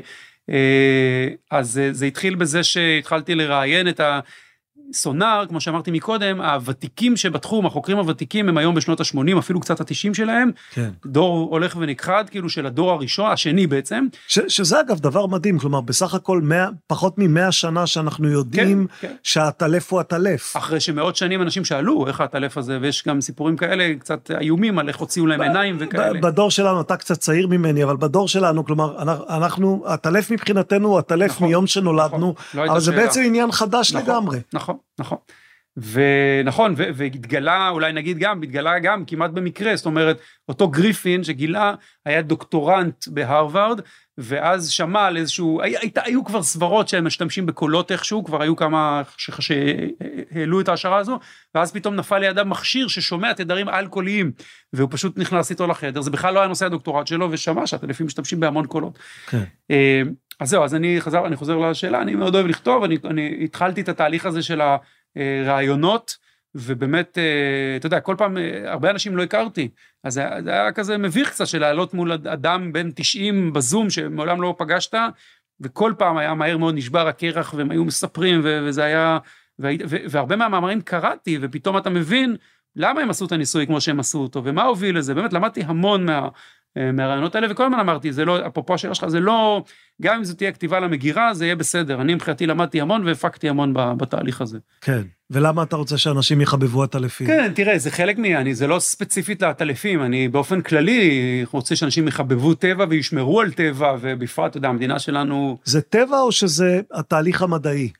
אז זה התחיל בזה שהתחלתי לראיין את הסונאר, כמו שאמרתי מקודם, הוותיקים שבתחום, החוקרים הוותיקים, הם היום בשנות ה-שמונים, אפילו קצת ה-תשעים שלהם, כן. דור הולך ונכחד, כאילו של הדור הראשון, השני בעצם. ש- שזה אגב דבר מדהים, כלומר, בסך הכל מאה, פחות ממאה שנה שאנחנו יודעים כן, כן. שהטלף הוא הטלף. אחרי שמאות שנים אנשים שאלו איך הטלף הזה, ויש גם סיפורים כאלה, קצת איומים על איך הוציאו להם ב- עיניים וכאלה. בדור שלנו, אתה קצת צעיר ממני, אבל בדור שלנו, כלומר, אנחנו, הטלף מבחינתנו הוא הטלף נכון, מיום שנולדנו, נכון, לא אבל זה שאלה. בעצם עניין חדש נכון, לגמרי. נכון. נכון, ונכון, והתגלה, אולי נגיד גם, התגלה גם כמעט במקרה, זאת אומרת, אותו גריפין שגילה, היה דוקטורנט בהרווארד, ואז שמע על איזשהו, היית, היו כבר סברות שהם משתמשים בקולות איכשהו, כבר היו כמה שהעלו את ההשערה הזו, ואז פתאום נפל לידיו מכשיר ששומע תדרים אלכוהוליים, והוא פשוט נכנס איתו לחדר, זה בכלל לא היה נושא הדוקטורט שלו, ושמע שהטלפים משתמשים בהמון קולות. כן. אז זהו, אז אני חזר, אני חוזר לשאלה, אני מאוד אוהב לכתוב, אני, אני התחלתי את התהליך הזה של הרעיונות, ובאמת, אתה יודע, כל פעם, הרבה אנשים לא הכרתי, אז זה היה כזה מביך קצת של לעלות מול אדם בן תשעים בזום, שמעולם לא פגשת, וכל פעם היה מהר מאוד נשבר הקרח, והם היו מספרים, וזה היה, והרבה מהמאמרים קראתי, ופתאום אתה מבין, למה הם עשו את הניסוי כמו שהם עשו אותו, ומה הוביל לזה, באמת למדתי המון מה... מהרעיונות האלה, וכל הזמן אמרתי, זה לא, אפרופו השאלה שלך, זה לא, גם אם זו תהיה כתיבה למגירה, זה יהיה בסדר, אני מבחינתי למדתי המון, והפקתי המון בתהליך הזה. כן, ולמה אתה רוצה שאנשים יחבבו עטלפים? כן, תראה, זה חלק מעני, זה לא ספציפית לעטלפים, אני באופן כללי, רוצה שאנשים יחבבו טבע, וישמרו על טבע, ובפרט, אתה יודע, המדינה שלנו... זה טבע או שזה התהליך המדעי?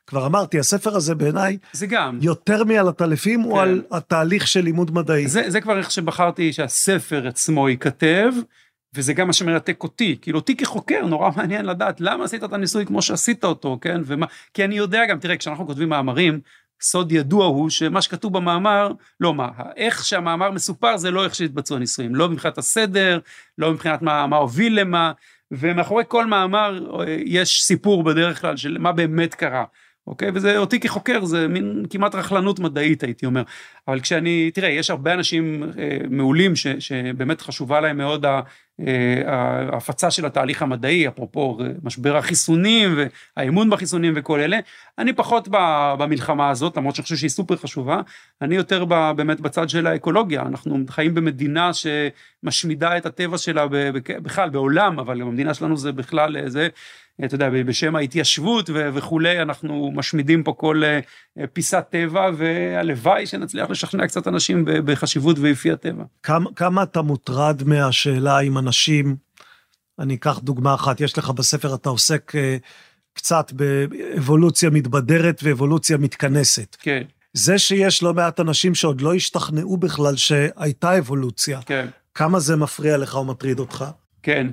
כבר אמרתי, הספר הזה בעיניי, זה גם. יותר מעל הטלפים, כן. הוא על התהליך של לימוד מדעי. זה, זה כבר איך שבחרתי שהספר עצמו ייכתב, וזה גם מה שמרתק אותי, כאילו אותי כחוקר, נורא מעניין לדעת, למה עשית את הניסוי כמו שעשית אותו, כן? ומה, כי אני יודע גם, תראה, כשאנחנו כותבים מאמרים, סוד ידוע הוא שמה שכתוב במאמר, לא מה, איך שהמאמר מסופר, זה לא איך שהתבצעו הניסויים, לא מבחינת הסדר, לא מבחינת מה, מה הוביל למה, ומאחורי כל מאמר יש סיפור בדרך כלל של מה באמת קרה, אוקיי? וזה אותי כחוקר, זה מין כמעט רכלנות מדעית, הייתי אומר. אבל כשאני, תראה, יש הרבה אנשים אה, מעולים ש, שבאמת חשובה להם מאוד ה, אה, ההפצה של התהליך המדעי, אפרופו משבר החיסונים והאימון בחיסונים וכל אלה. אני פחות במלחמה הזאת, למרות שאני חושב שהיא סופר חשובה, אני יותר ב, באמת בצד של האקולוגיה. אנחנו חיים במדינה שמשמידה את הטבע שלה בכלל, בעולם, אבל במדינה שלנו זה בכלל, זה... אתה יודע, בשם ההתיישבות וכולי, אנחנו משמידים פה כל פיסת טבע, והלוואי שנצליח לשכנע קצת אנשים בחשיבות ויפי הטבע. כמה, כמה אתה מוטרד מהשאלה עם אנשים, אני אקח דוגמה אחת, יש לך בספר, אתה עוסק קצת באבולוציה מתבדרת ואבולוציה מתכנסת. כן. זה שיש לא מעט אנשים שעוד לא השתכנעו בכלל שהייתה אבולוציה, כן. כמה זה מפריע לך או מטריד אותך? כן.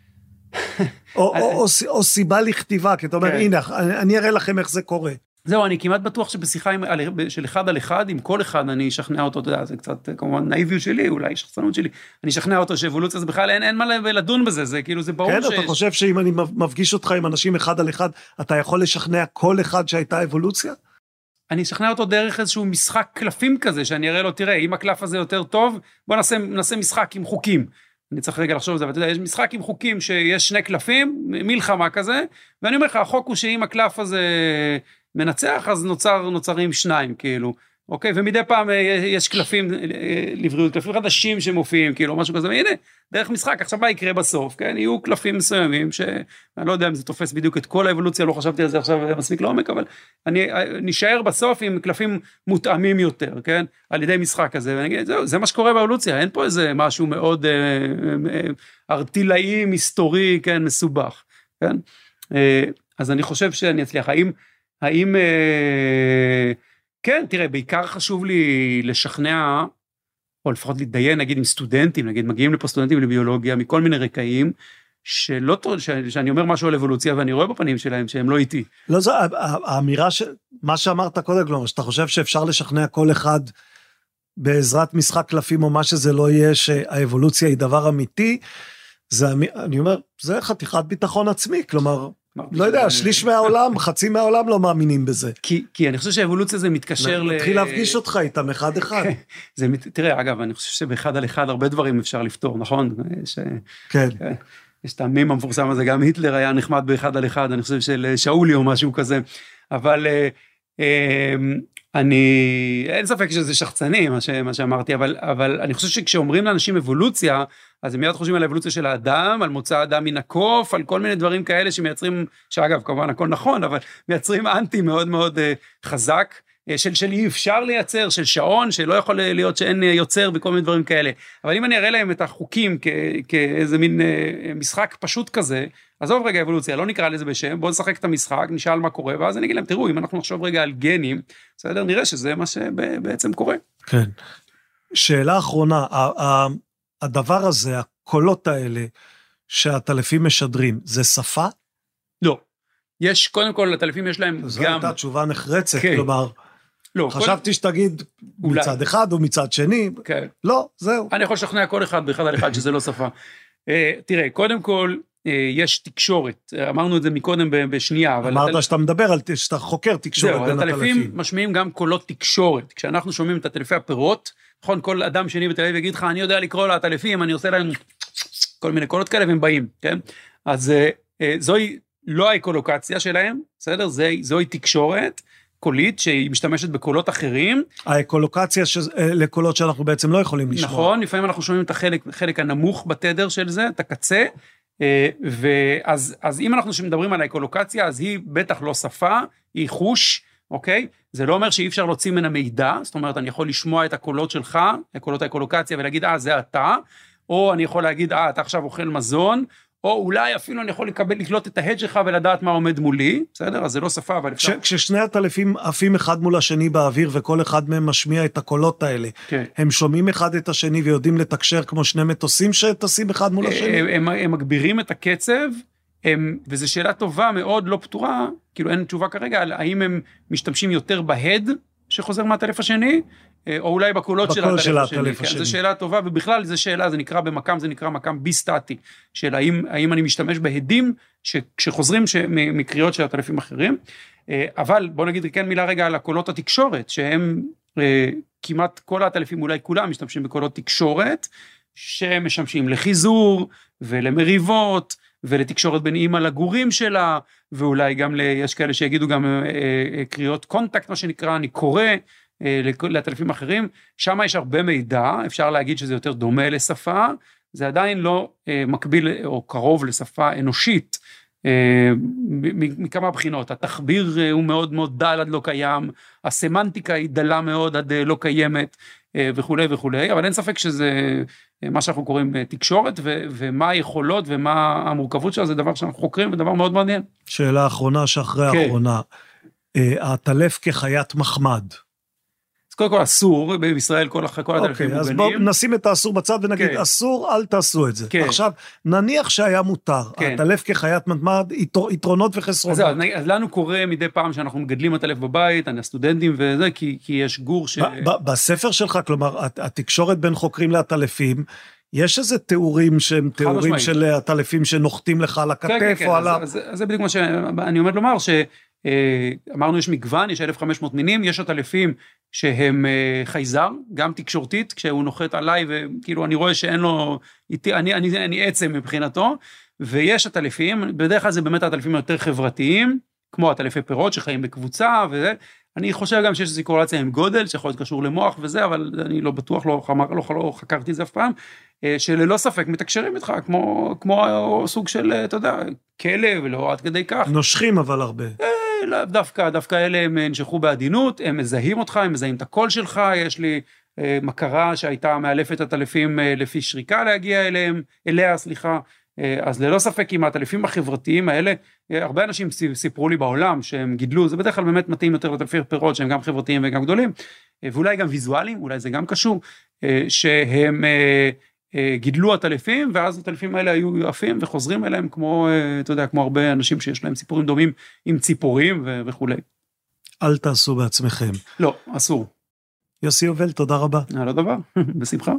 או, או, או, או סיבה לכתיבה, כי אתה אומר, הנה, אני אראה לכם איך זה קורה. זהו, אני כמעט בטוח שבשיחה של אחד על אחד, עם כל אחד אני אשכנע אותו, אתה יודע, זה קצת כמובן נאיביות שלי, אולי שחצנות שלי, אני אשכנע אותו שאבולוציה זה בכלל, אין, אין מה לדון בזה, זה כאילו, זה ברור כן, ש... אתה חושב שאם אני מפגיש אותך עם אנשים אחד על אחד, אתה יכול לשכנע כל אחד שהייתה אבולוציה? אני אשכנע אותו דרך איזשהו משחק קלפים כזה, שאני אראה לו, תראה, אם הקלף הזה יותר טוב, בוא נעשה, נעשה משחק עם חוקים. אני צריך רגע לחשוב על זה, אבל אתה יודע, יש משחק עם חוקים שיש שני קלפים, מלחמה כזה, ואני אומר לך, החוק הוא שאם הקלף הזה מנצח, אז נוצר, נוצרים שניים, כאילו, אוקיי? ומדי פעם יש קלפים לבריאות, קלפים חדשים שמופיעים, כאילו, משהו כזה, והנה, דרך משחק, עכשיו מה יקרה בסוף, כן? יהיו קלפים מסוימים, שאני לא יודע אם זה תופס בדיוק את כל האבולוציה, לא חשבתי על זה עכשיו מספיק לעומק, אבל אני נשאר בסוף עם קלפים מותאמים יותר, כן? על ידי משחק הזה, ואני אגיד, זהו, זה מה שקורה באבולוציה, אין פה איזה משהו מאוד ארטילאי, מסתורי, כן? מסובך, כן? אז אני חושב שאני אצליח, האם, האם, כן, תראה, בעיקר חשוב לי לשכנע, או לפחות להתדיין, נגיד, עם סטודנטים, נגיד, מגיעים לפה סטודנטים לביולוגיה, מכל מיני רקעים, שלא טוב, שאני אומר משהו על אבולוציה, ואני רואה בפנים שלהם שהם לא איתי. לא, זו, האמירה ש... מה שאמרת קודם, כלומר, שאתה חושב שאפשר לשכנע כל אחד בעזרת משחק קלפים, או מה שזה לא יהיה, שהאבולוציה היא דבר אמיתי, זה, אני אומר, זה חתיכת ביטחון עצמי, כלומר, לא יודע, שליש מהעולם, חצי מהעולם לא מאמינים בזה. כי, כי אני חושב שהאבולוציה זה מתקשר ל... נתחיל להפגיש אותך איתם אחד אחד. זה, תראה, אגב, אני חושב שבאחד על אחד הרבה דברים אפשר לפתור, נכון? ש... כן. יש את המים המפורסם הזה, גם היטלר היה נחמד באחד על אחד, אני חושב של שאולי או משהו כזה, אבל אני, אין ספק שזה שחצני, מה, ש, מה שאמרתי, אבל, אבל אני חושב שכשאומרים לאנשים אבולוציה, אז הם מיד חושבים על האבולוציה של האדם, על מוצא האדם מן הקוף, על כל מיני דברים כאלה שמייצרים, שאגב, כמובן הכל נכון, אבל מייצרים אנטי מאוד מאוד חזק, של, של אי אפשר לייצר, של שעון, שלא יכול להיות שאין יוצר בכל מיני דברים כאלה. אבל אם אני אראה להם את החוקים כ, כאיזה מין משחק פשוט כזה, עזוב רגע אבולוציה, לא נקרא לזה בשם, בואו נשחק את המשחק, נשאל מה קורה, ואז אני אגיד להם, תראו, אם אנחנו נחשוב רגע על גנים, בסדר, נראה שזה מה שבעצם קורה. כן. שאלה אחרונה, הדבר הזה, הקולות האלה, שהטלפים משדרים, זה שפה? לא. יש, קודם כל, לטלפים יש להם זו גם... זו הייתה תשובה נחרצת, כן. כלומר, לא, חשבתי כל... שתגיד אולי... מצד אחד או מצד שני, כן. לא, זהו. אני יכול לשכנע כל אחד באחד על אחד שזה לא שפה. uh, תראה, קודם כל, uh, יש תקשורת, אמרנו את זה מקודם בשנייה, אבל... אמרת הטל... שאתה מדבר על, שאתה חוקר תקשורת זהו, בין הטלפים. הטלפים משמיעים גם קולות תקשורת, כשאנחנו שומעים את הטלפי הפירות, נכון, כל אדם שני בתל אביב יגיד לך, אני יודע לקרוא לטלפים, אני עושה להם כל מיני קולות כאלה, והם באים, כן? אז uh, uh, זוהי לא האקולוקציה שלהם, בסדר? זוהי תקשורת קולית שהיא משתמשת בקולות אחרים. האקולוקציה ש... לקולות שאנחנו בעצם לא יכולים לשמוע. נכון, לפעמים אנחנו שומעים את החלק, החלק הנמוך בתדר של זה, את הקצה, ואז, אז אם אנחנו מדברים על האקולוקציה, אז היא בטח לא שפה, היא חוש, אוקיי? זה לא אומר שאי אפשר להוציא מן המידע, זאת אומרת, אני יכול לשמוע את הקולות שלך, הקולות האקולוקציה, ולהגיד, אה, זה אתה, או אני יכול להגיד, אה, אתה עכשיו אוכל מזון, או אולי אפילו אני יכול לקבל, לקלוט את ההד שלך ולדעת מה עומד מולי, בסדר? אז זה לא שפה, אבל אפשר... כששני הטלפים עפים אחד מול השני באוויר, וכל אחד מהם משמיע את הקולות האלה, כן. הם שומעים אחד את השני ויודעים לתקשר כמו שני מטוסים שטסים אחד מול השני? הם, הם, הם מגבירים את הקצב, הם, וזו שאלה טובה מאוד לא פתורה, כאילו אין תשובה כרגע, על האם הם משתמשים יותר בהד שחוזר מהטלף השני, או אולי בקולות של הטלף השני. כן, זו שאלה טובה, ובכלל זו שאלה, זה נקרא במקם, זה נקרא מקם ביסטטי, של האם, האם אני משתמש בהדים שחוזרים מקריאות של הטלפים אחרים, אבל בוא נגיד כן מילה רגע על הקולות התקשורת, שהם כמעט כל הטלפים, אולי כולם משתמשים בקולות תקשורת, שמשמשים לחיזור ולמריבות, ולתקשורת בין אימא לגורים שלה, ואולי גם יש כאלה שיגידו גם קריאות קונטקט, מה שנקרא, אני קורא לטלפים אחרים, שם יש הרבה מידע, אפשר להגיד שזה יותר דומה לשפה, זה עדיין לא מקביל או קרוב לשפה אנושית, מכמה בחינות, התחביר הוא מאוד מאוד דל עד לא קיים, הסמנטיקה היא דלה מאוד עד לא קיימת, וכו' וכו', אבל אין ספק שזה מה שאנחנו קוראים תקשורת, ו- ומה היכולות ומה המורכבות שלה, זה דבר שאנחנו חוקרים, ודבר מאוד מעניין. שאלה האחרונה שאחרי כן. האחרונה, הטלף כחיית מחמד. אז קודם כל אסור, בישראל כל, כל הטלפים אוקיי, אז מוגנים. בואו נשים את האסור בצד ונגיד, כן. אסור, אל תעשו את זה. כן. עכשיו, נניח שהיה מותר, כן. הטלף כחיית מחמד, יתרונות וחסרונות. אז, אז לנו קורה מדי פעם שאנחנו מגדלים הטלף בבית, אני הסטודנטים וזה, כי, כי יש גור ש... ב- ב- בספר שלך, כלומר, התקשורת בין חוקרים להטלפים, יש איזה תיאורים שהם תיאורים של הטלפים שנוחתים לך על הכתף כן, כן, כן. או על ה... אז, אז, אז זה בדיוק מה שאני עומד לומר, שאמרנו יש מגוון, יש אלף וחמש מאות מינים, יש הטלפים שהם חייזר, גם תקשורתית, כשהוא נוחת עליי, וכאילו אני רואה שאין לו, אני, אני, אני עצם מבחינתו, ויש הטלפים, בדרך כלל זה באמת הטלפים היותר חברתיים, כמו הטלפי פירות שחיים בקבוצה, וזה, אני חושב גם שיש איזו קורלציה עם גודל, שיכול להיות קשור למוח וזה, אבל אני לא בטוח, לא, לא, לא חקרתי את זה אף פעם, שללא ספק מתקשרים איתך, כמו, כמו סוג של, אתה יודע, כלב, לא עד כדי כך. נושכים אבל הרבה. לא, דווקא, דווקא אלה הם נשכו בעדינות, הם מזהים אותך, הם מזהים את הקול שלך, יש לי אה, מכרה שהייתה מאלפת הטלפים אה, לפי שריקה להגיע אליהם, אליה, סליחה, אה, אז ללא ספק עם הטלפים החברתיים האלה, אה, הרבה אנשים סיפרו לי בעולם שהם גידלו, זה בדרך כלל באמת מתאים יותר לטלפי פירות, שהם גם חברתיים וגם גדולים, אה, ואולי גם ויזואליים, אולי זה גם קשור, אה, שהם... אה, גידלו הטלפים, ואז הטלפים האלה היו עפים וחוזרים אליהם כמו, אתה יודע, כמו הרבה אנשים שיש להם סיפורים דומים עם ציפורים ו- וכו'. אל תעשו בעצמכם. לא, אסור. יוסי יובל, תודה רבה. לא דבר, בשמחה.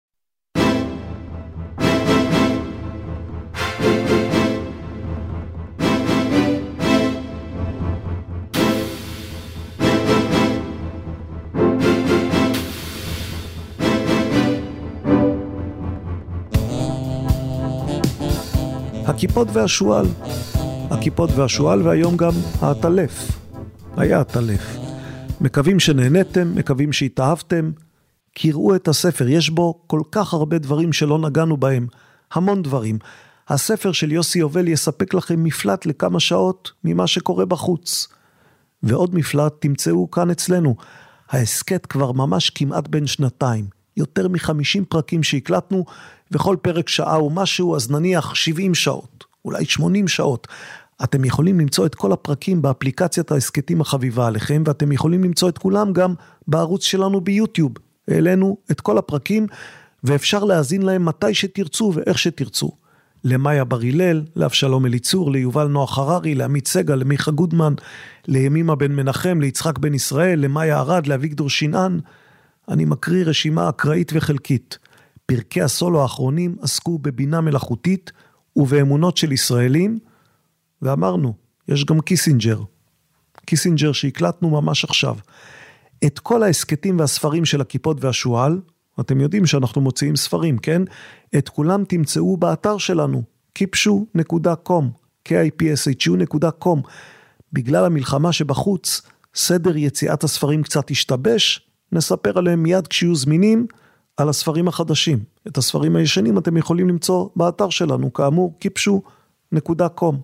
הכיפות והשואל, הכיפות והשואל, והיום גם הטלף, היה הטלף. מקווים שנהנתם, מקווים שהתאהבתם, קראו את הספר, יש בו כל כך הרבה דברים שלא נגענו בהם, המון דברים. הספר של יוסי יובל יספק לכם מפלט לכמה שעות ממה שקורה בחוץ. ועוד מפלט תמצאו כאן אצלנו, ההסקט כבר ממש כמעט בין שנתיים, יותר מחמישים פרקים שהקלטנו, וכל פרק שעה ומשהו, אז נניח שבעים שעות, אולי שמונים שעות. אתם יכולים למצוא את כל הפרקים באפליקציית ההסקטים החביבה עליכם, ואתם יכולים למצוא את כולם גם בערוץ שלנו ביוטיוב. העלינו את כל הפרקים, ואפשר להאזין להם מתי שתרצו ואיך שתרצו. למאיה בר-הלל, לאבשלום אליצור, ליובל נוח הררי, לעמית סגל, למיכה גודמן, לימימה בן מנחם, ליצחק בן ישראל, למאיה ארד, לאביגדור שינען. אני מקריא רשימה אקראית וחלקית. פרקי הסולו האחרונים עסקו בבינה מלאכותית ובאמונות של ישראלים, ואמרנו, יש גם קיסינג'ר. קיסינג'ר שהקלטנו ממש עכשיו. את כל העסקטים והספרים של הכיפות והשואל, אתם יודעים שאנחנו מוציאים ספרים, כן? את כולם תמצאו באתר שלנו, קיפשו נקודה קום, קיי איי פי אס אייץ' יו נקודה קום. בגלל המלחמה שבחוץ, סדר יציאת הספרים קצת השתבש, נספר עליהם מיד כשיהיו זמינים, על הספרים החדשים. את הספרים הישנים אתם יכולים למצוא באתר שלנו, כאמור, קיפשו נקודה קום.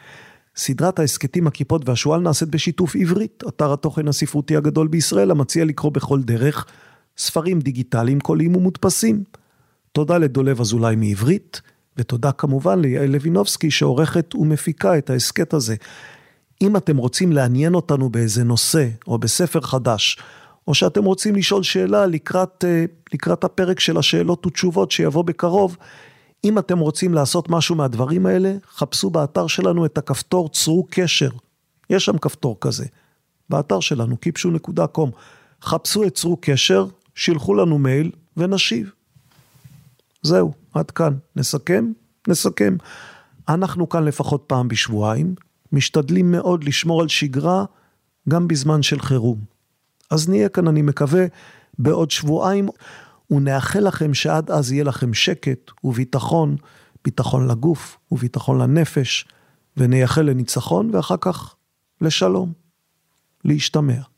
סדרת העסקטים הכיפות והשואל נעשית בשיתוף עברית, אתר התוכן הספרותי הגדול בישראל, המציע לקרוא בכל דרך, ספרים דיגיטליים, קוליים ומודפסים. תודה לדולב אזולאי מעברית, ותודה כמובן ליעל לוינובסקי שעורכת ומפיקה את העסקת הזה. אם אתם רוצים לעניין אותנו באיזה נושא או בספר חדש, או שאתם רוצים לשאול שאלה לקראת, לקראת הפרק של השאלות ותשובות שיבוא בקרוב, אם אתם רוצים לעשות משהו מהדברים האלה, חפשו באתר שלנו את הכפתור צרו קשר. יש שם כפתור כזה. באתר שלנו, קיפשו נקודה קום. חפשו את צרו קשר, שילחו לנו מייל ונשיב. זהו, עד כאן. נסכם? נסכם. אנחנו כאן לפחות פעם בשבועיים, משתדלים מאוד לשמור על שגרה, גם בזמן של חירום. אז נהיה כאן, אני מקווה, בעוד שבועיים, ונאחל לכם שעד אז יהיה לכם שקט וביטחון, ביטחון לגוף וביטחון לנפש, ונייחל לניצחון ואחר כך לשלום, להשתמע.